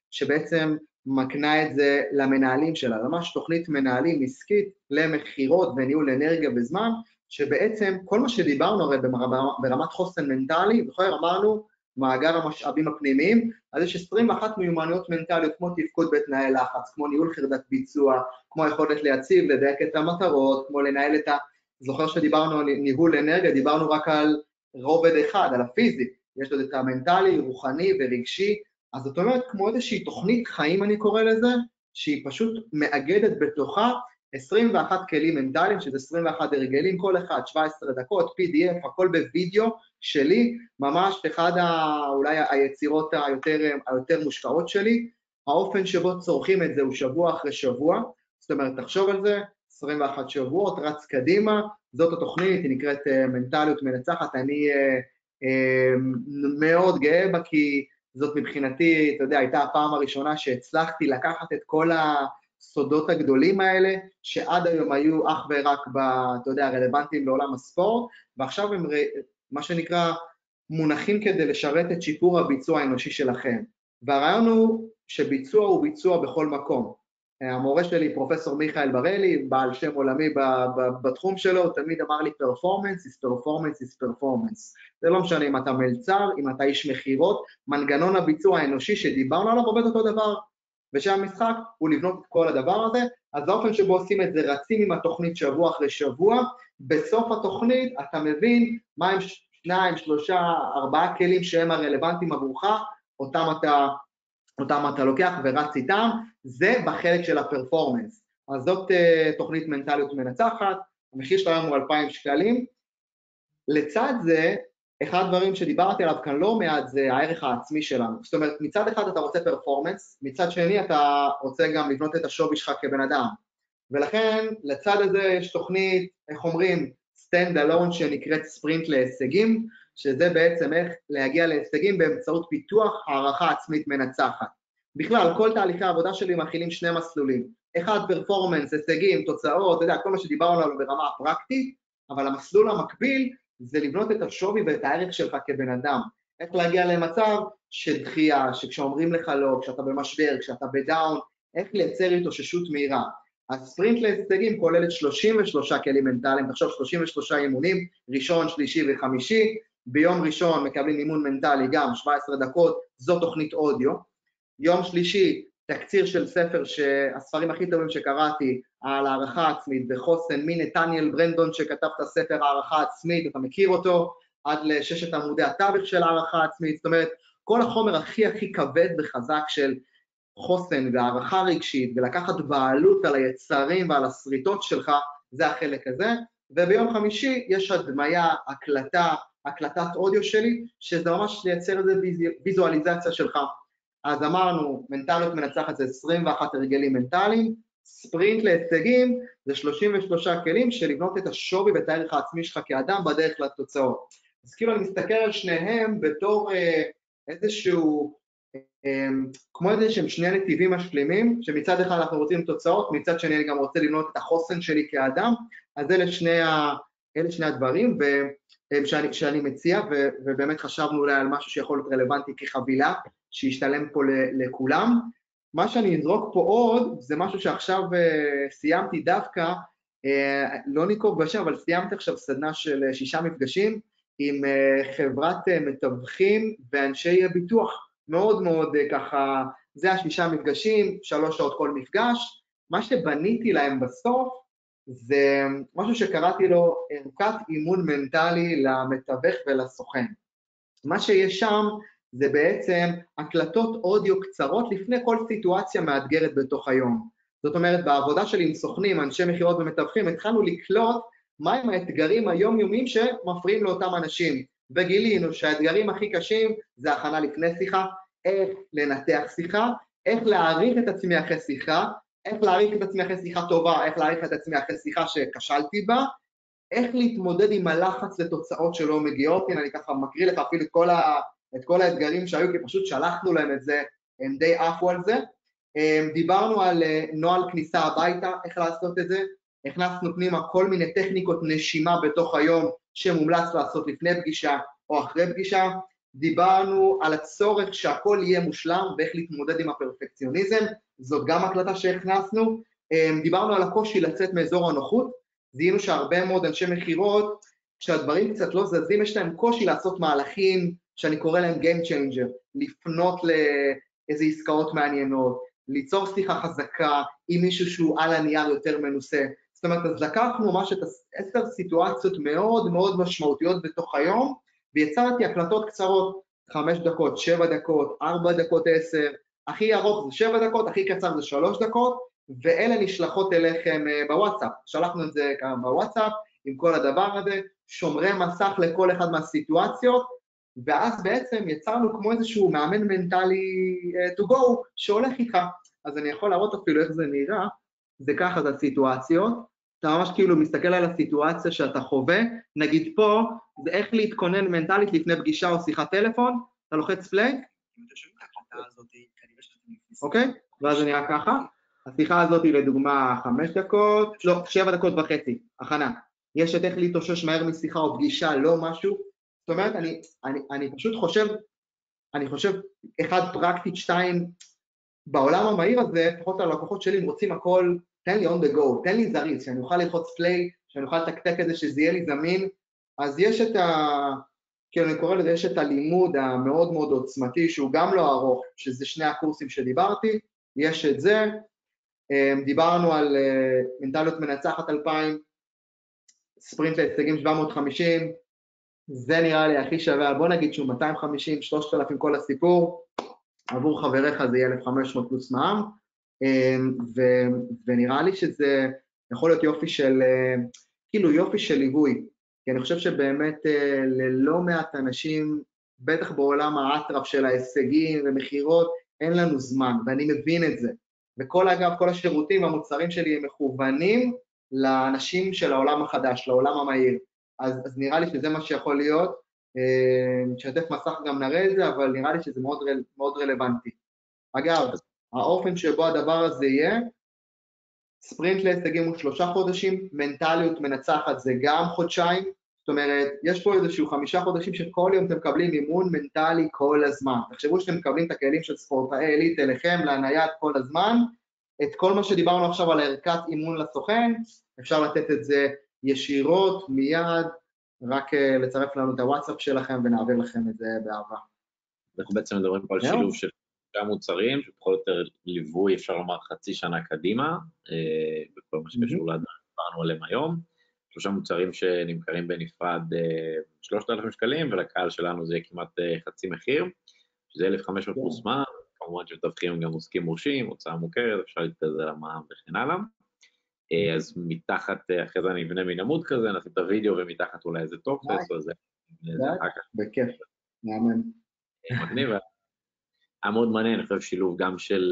שבעצם מקנה את זה למנהלים שלה, ממש תוכנית מנהלים עסקית למחירות וניהול אנרגיה בזמן, שבעצם כל מה שדיברנו הרי ברמת חוסן מנטלי, בכל אמרנו מאגר המשאבים הפנימיים, אז יש עשרים ואחת מיומנויות מנטליות כמו תפקוד בתנאי לחץ, כמו ניהול חרדת ביצוע, כמו היכולת להציב, לדייק את המטרות, כמו לנהל את ה... זוכר שדיברנו על ניהול אנרגיה, דיברנו רק על רובד אחד, על הפיזי, יש לו את המנטלי, רוחני ורגשי, אז זאת אומרת, כמו איזושהי תוכנית חיים, אני קורא לזה, שהיא פשוט מאגדת בתוכה עשרים ואחת כלים מנטליים, שזה עשרים ואחת הרגלים, כל אחד, שבע עשרה דקות, פי די אף, הכל בווידאו שלי, ממש אחד ה, אולי היצירות היותר, היותר מושקעות שלי, האופן שבו צורכים את זה הוא שבוע אחרי שבוע, זאת אומרת, תחשוב על זה, עשרים ואחת שבועות, רץ קדימה, זאת התוכנית, היא נקראת מנטליות מנצחת, אני אה, אה, מאוד גאה בה, כי זאת מבחינתי, אתה יודע, הייתה הפעם הראשונה שהצלחתי לקחת את כל הסודות הגדולים האלה, שעד היום היו אך ורק, ב, אתה יודע, רלוונטיים לעולם הספורט, ועכשיו הם, מה שנקרא, מונחים כדי לשרת את שיפור הביצוע האנושי שלכם. והרעיון הוא שביצוע הוא ביצוע בכל מקום. המורה שלי, פרופסור מיכאל ברלי, בעל שם עולמי בתחום שלו, הוא תמיד אמר לי, performance is performance is performance. זה לא משנה אם אתה מלצר, אם אתה איש מחירות, מנגנון הביצוע האנושי שדיברנו עליו עובד אותו דבר, ושהמשחק הוא לבנות את כל הדבר הזה, אז האופן שבו עושים את זה, רצים עם התוכנית שבוע אחרי שבוע, בסוף התוכנית אתה מבין מה הם שניים, שלושה, ארבעה כלים שהם הרלוונטיים עבורך, אותם אתה... אותם אתה לוקח ורץ איתם, זה בחלק של הפרפורמנס. אז זאת uh, תוכנית מנטליות מנצחת, המחיר שלנו הוא אלפיים שקלים. לצד זה, אחד הדברים שדיברתי עליו כאן לא מעט, זה הערך העצמי שלנו. זאת אומרת, מצד אחד אתה רוצה פרפורמנס, מצד שני אתה רוצה גם לבנות את השווי שלך כבן אדם. ולכן, לצד הזה יש תוכנית, איך אומרים, stand alone שנקראת ספרינט להישגים, שזה בעצם איך להגיע להישגים באמצעות פיתוח הערכה עצמית מנצחת. בכלל, כל תהליכי העבודה שלי מכילים שני מסלולים. אחד, פרפורמנס, הישגים, תוצאות, אתה יודע, כל מה שדיברנו עליו ברמה הפרקטית, אבל המסלול המקביל זה לבנות את השווי ואת הערך שלך כבן אדם. איך להגיע למצב של דחייה, שכשאומרים לך לא, כשאתה במשבר, כשאתה בדאון, איך לייצר התאוששות מהירה. הספרינט להישגים כוללת שלושים ושלושה כלים מנטליים, תחשוב שלושים ושלושה אימונים, ראשון, שלישי וחמישי, ביום ראשון מקבלים אימון מנטלי גם שבע עשרה דקות, זו תוכנית אודיו, יום שלישי תקציר של ספר שהספרים הכי טובים שקראתי על הערכה עצמית וחוסן, מנתניאל ברנדון שכתב את הספר הערכה עצמית, אתה מכיר אותו, עד לששת עמודי התווך של הערכה עצמית, זאת אומרת כל החומר הכי הכי כבד וחזק של חוסן והערכה רגשית ולקחת בעלות על היצרים ועל הסריטות שלך, זה החלק הזה, וביום חמישי יש הדמיה, הקלטה, הקלטת אודיו שלי, שזה ממש לייצר איזו ויזואליזציה שלך. אז אמרנו, מנטליות מנצחת זה עשרים ואחת הרגלים מנטליים, ספרינט להישגים זה שלושים ושלושה כלים של לבנות את השווי ואת הערך העצמי שלך כאדם בדרך לתוצאות. אז כאילו אני מסתכל על שניהם בתור אה, איזשהו, אה, כמו איזה שהם שני נתיבים משלימים, שמצד אחד אנחנו רוצים תוצאות, מצד שני אני גם רוצה לבנות את החוסן שלי כאדם, אז אלה שני, ה, אלה שני הדברים, ו... שאני, שאני מציע, ו, ובאמת חשבנו אולי על משהו שיכול להיות רלוונטי כחבילה, שישתלם פה לכולם. מה שאני אזרוק פה עוד, זה משהו שעכשיו uh, סיימתי דווקא, uh, לא ניקוב בשם, אבל סיימתי עכשיו סדנה של uh, שישה מפגשים, עם uh, חברת uh, מתווכים ואנשי ביטוח, מאוד מאוד uh, ככה, זה השישה מפגשים, שלוש שעות כל מפגש, מה שבניתי להם בסוף, זה משהו שקראתי לו ערכת אימון מנטלי למתווך ולסוכן. מה שיש שם זה בעצם הקלטות אודיו קצרות לפני כל סיטואציה מאתגרת בתוך היום. זאת אומרת, בעבודה שלי עם סוכנים, אנשי מכירות ומתווכים, התחלנו לקלוט מהם האתגרים היומיומיים שמפריעים לאותם אנשים, וגילינו שהאתגרים הכי קשים זה הכנה לפני שיחה, איך לנתח שיחה, איך להעריך את עצמי אחרי שיחה, איך להעריך את עצמי אחרי שיחה טובה, איך להעריך את עצמי אחרי שיחה שכשלתי בה, איך להתמודד עם הלחץ לתוצאות שלא מגיעות. הנה, אני ככה מקריא לך אפילו את כל, ה, את כל האתגרים שהיו, כי פשוט שלחנו להם את זה, הם די עפו על זה. דיברנו על נוהל כניסה הביתה, איך לעשות את זה, הכנסנו פנימה כל מיני טכניקות נשימה בתוך היום שמומלץ לעשות לפני פגישה או אחרי פגישה, דיברנו על הצורך שהכל יהיה מושלם ואיך להתמודד עם הפרפקציוניזם, זאת גם הקלטה שהכנסנו, דיברנו על הקושי לצאת מאזור הנוחות, זיהינו שהרבה מאוד אנשי מכירות, כשהדברים קצת לא זזים, יש להם קושי לעשות מהלכים שאני קורא להם Game Changer, לפנות לאיזה עסקאות מעניינות, ליצור שיחה חזקה עם מישהו שהוא על הנייר יותר מנוסה. זאת אומרת, אז לקחנו ממש את עשר סיטואציות מאוד מאוד משמעותיות בתוך היום, ויצרתי הקלטות קצרות, חמש דקות, שבע דקות, ארבע דקות, עשר, הכי ארוך זה שבע דקות, הכי קצר זה שלוש דקות, ואלה נשלחות אליכם בוואטסאפ. שלחנו את זה כאן בוואטסאפ, עם כל הדבר הזה, שומרי מסך לכל אחד מהסיטואציות, ואז בעצם יצרנו כמו איזשהו מאמן מנטלי to go, שהולך איתך. אז אני יכול להראות אפילו איך זה נראה, זה ככה, זה הסיטואציות, אתה ממש כאילו מסתכל על הסיטואציה שאתה חווה, נגיד פה, זה איך להתכונן מנטלית לפני פגישה או שיחת טלפון, אתה לוחץ פליי, אוקיי? ואז זה נראה ככה, השיחה הזאת היא לדוגמה חמש דקות, לא, שבע דקות וחצי, הכנה. יש את איך להתאושש מהר משיחה או פגישה, לא משהו. זאת אומרת, אני, אני, אני פשוט חושב, אני חושב, אחד פרקטית, שתיים, בעולם המהיר הזה, לפחות הלקוחות שלי, הם רוצים הכל, תן לי on the go, תן לי זריז, שאני אוכל ללחוץ play, שאני אוכל לתקתק את זה, שזה יהיה לי זמין. אז יש את ה... כאילו אני קורא לזה, יש את הלימוד המאוד מאוד עוצמתי, שהוא גם לא ארוך, שזה שני הקורסים שדיברתי, יש את זה, דיברנו על מנטליות מנצחת אלפיים, ספרינט להישגים שבע מאות וחמישים, זה נראה לי הכי שווה, בוא נגיד שהוא מאתיים וחמישים, שלושת אלפים כל הסיפור, עבור חבריך זה יהיה אלף וחמש מאות פלוס מע"מ, ו- ונראה לי שזה יכול להיות יופי של, כאילו יופי של ליווי, כי אני חושב שבאמת ללא מעט אנשים, בטח בעולם האטרף של ההישגים ומחירות, אין לנו זמן, ואני מבין את זה. וכל אגב, כל השירותים והמוצרים שלי הם מכוונים לאנשים של העולם החדש, לעולם המהיר. אז, אז נראה לי שזה מה שיכול להיות, נשתף מסך גם נראה את זה, אבל נראה לי שזה מאוד, רל, מאוד רלוונטי. אגב, האופן שבו הדבר הזה יהיה, ספרינט להישגים הוא שלושה חודשים, מנטליות מנצחת זה גם חודשיים, זאת אומרת, יש פה איזשהו חמישה חודשים שכל יום אתם מקבלים אימון מנטלי כל הזמן. תחשבו שאתם מקבלים את הכלים של ספורטאי עילית אליכם, להנייד כל הזמן, את כל מה שדיברנו עכשיו על ערכת אימון לסוכן, אפשר לתת את זה ישירות, מיד, רק לצרף לנו את הוואטסאפ שלכם ונעביר לכם את זה באהבה. אנחנו בעצם מדברים פה על שילוב של גם מוצרים, שפחות או יותר ליווי, אפשר לומר חצי שנה קדימה, בכל מה שקשור לדברים שדיברנו עליהם היום, שלושה מוצרים שנמכרים בנפרד שלושת אלפים שקלים, ולקהל שלנו זה יהיה כמעט חצי מחיר, שזה אלף וחמש מאות פלוס מע"מ, כמובן שמתווכים גם עוסקים מורשים, הוצאה מוכרת, אפשר לתת את זה למע"מ וכן הלאה. אז מתחת, אחרי זה אני אבנה מן עמוד כזה, נשים את הוידאו ומתחת אולי איזה טופס, או זה אחר כך. בכיף, נאמן. מגניב, היה מאוד מעניין, אני חושב שילוב גם של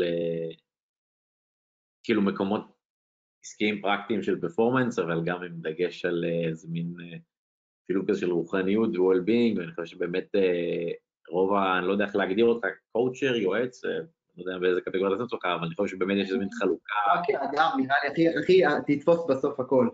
כאילו מקומות עסקיים פרקטיים של פרפורמנס, אבל גם עם דגש על איזה מין שילוב כזה של רוחניות ו-well-being, ואני חושב שבאמת רוב, אני לא יודע איך להגדיר אותך, קואוצ'ר, יועץ, לא יודע באיזה קטגוריה לעשות אותך, אבל אני חושב שבאמת יש איזה מין חלוקה. אוקיי, אדם, נראה לי, הכי, תתפוס בסוף הכל.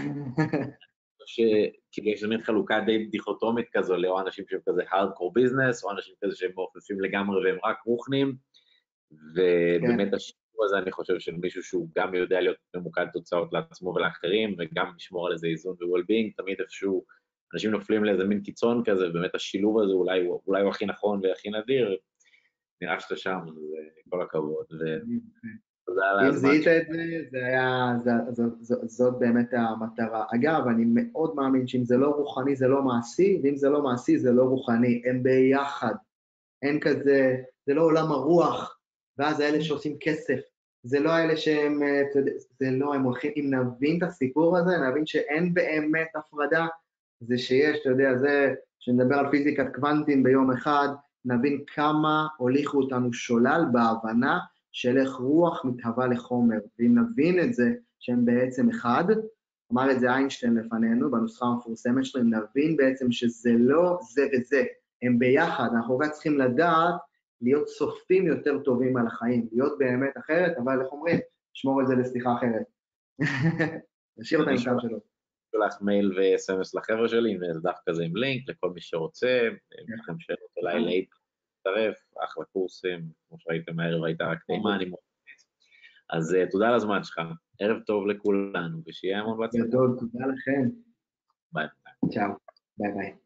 שכאילו יש איזה מין חלוקה די דיכוטומית כזו, או אנשים שהם כזה hardcore business, או אנשים כזה שהם מעופפים לגמרי והם רק רוחנים, ובאמת השילוב הזה אני חושב של מישהו שהוא גם יודע להיות ממוקד תוצאות לעצמו ולאחרים, וגם לשמור על איזה איזון ו-well-being, תמיד איפשהו אנשים נופלים לאיזה מין קיצון כזה, ובאמת השילוב הזה אולי, אולי הוא הכי נכון והכי נדיר, נראה שאתה שם, אז כל הכבוד. תודה על אם הזמן. זיהית את זה, זה היה, זה, ז, ז, זאת באמת המטרה. אגב, אני מאוד מאמין שאם זה לא רוחני, זה לא מעשי, ואם זה לא מעשי, זה לא רוחני. הם ביחד. אין כזה, זה לא עולם הרוח, ואז האלה שעושים כסף. זה לא האלה שהם, אתה יודע, זה לא, הם הולכים, אם נבין את הסיפור הזה, נבין שאין באמת הפרדה, זה שיש, אתה יודע, זה, שנדבר על פיזיקת קוונטים ביום אחד, נבין כמה הוליכו אותנו שולל בהבנה של איך רוח מתהווה לחומר, ואם נבין את זה שהם בעצם אחד, אמר את זה איינשטיין לפנינו, בנוסחה המפורסמת שלו, אם נבין בעצם שזה לא זה וזה, הם ביחד, אנחנו רק צריכים לדעת להיות סופים יותר טובים על החיים, להיות באמת אחרת, אבל איך אומרים, שמור את זה לשיחה אחרת. נשאיר אותה עם כמה שלו. שולח מייל ו-אס אם אס לחבר'ה שלי, עם דף כזה עם לינק, לכל מי שרוצה, אם יש לכם שאלות אליי להיט, להצטרף, אחלה קורסים, כמו שראיתם הערב הייתה רק נעימה, אני מאוד אז תודה על הזמן שלך, ערב טוב לכולנו, ושיהיה המון בהצלחה. תודה לכם. ביי. צ'או, ביי ביי.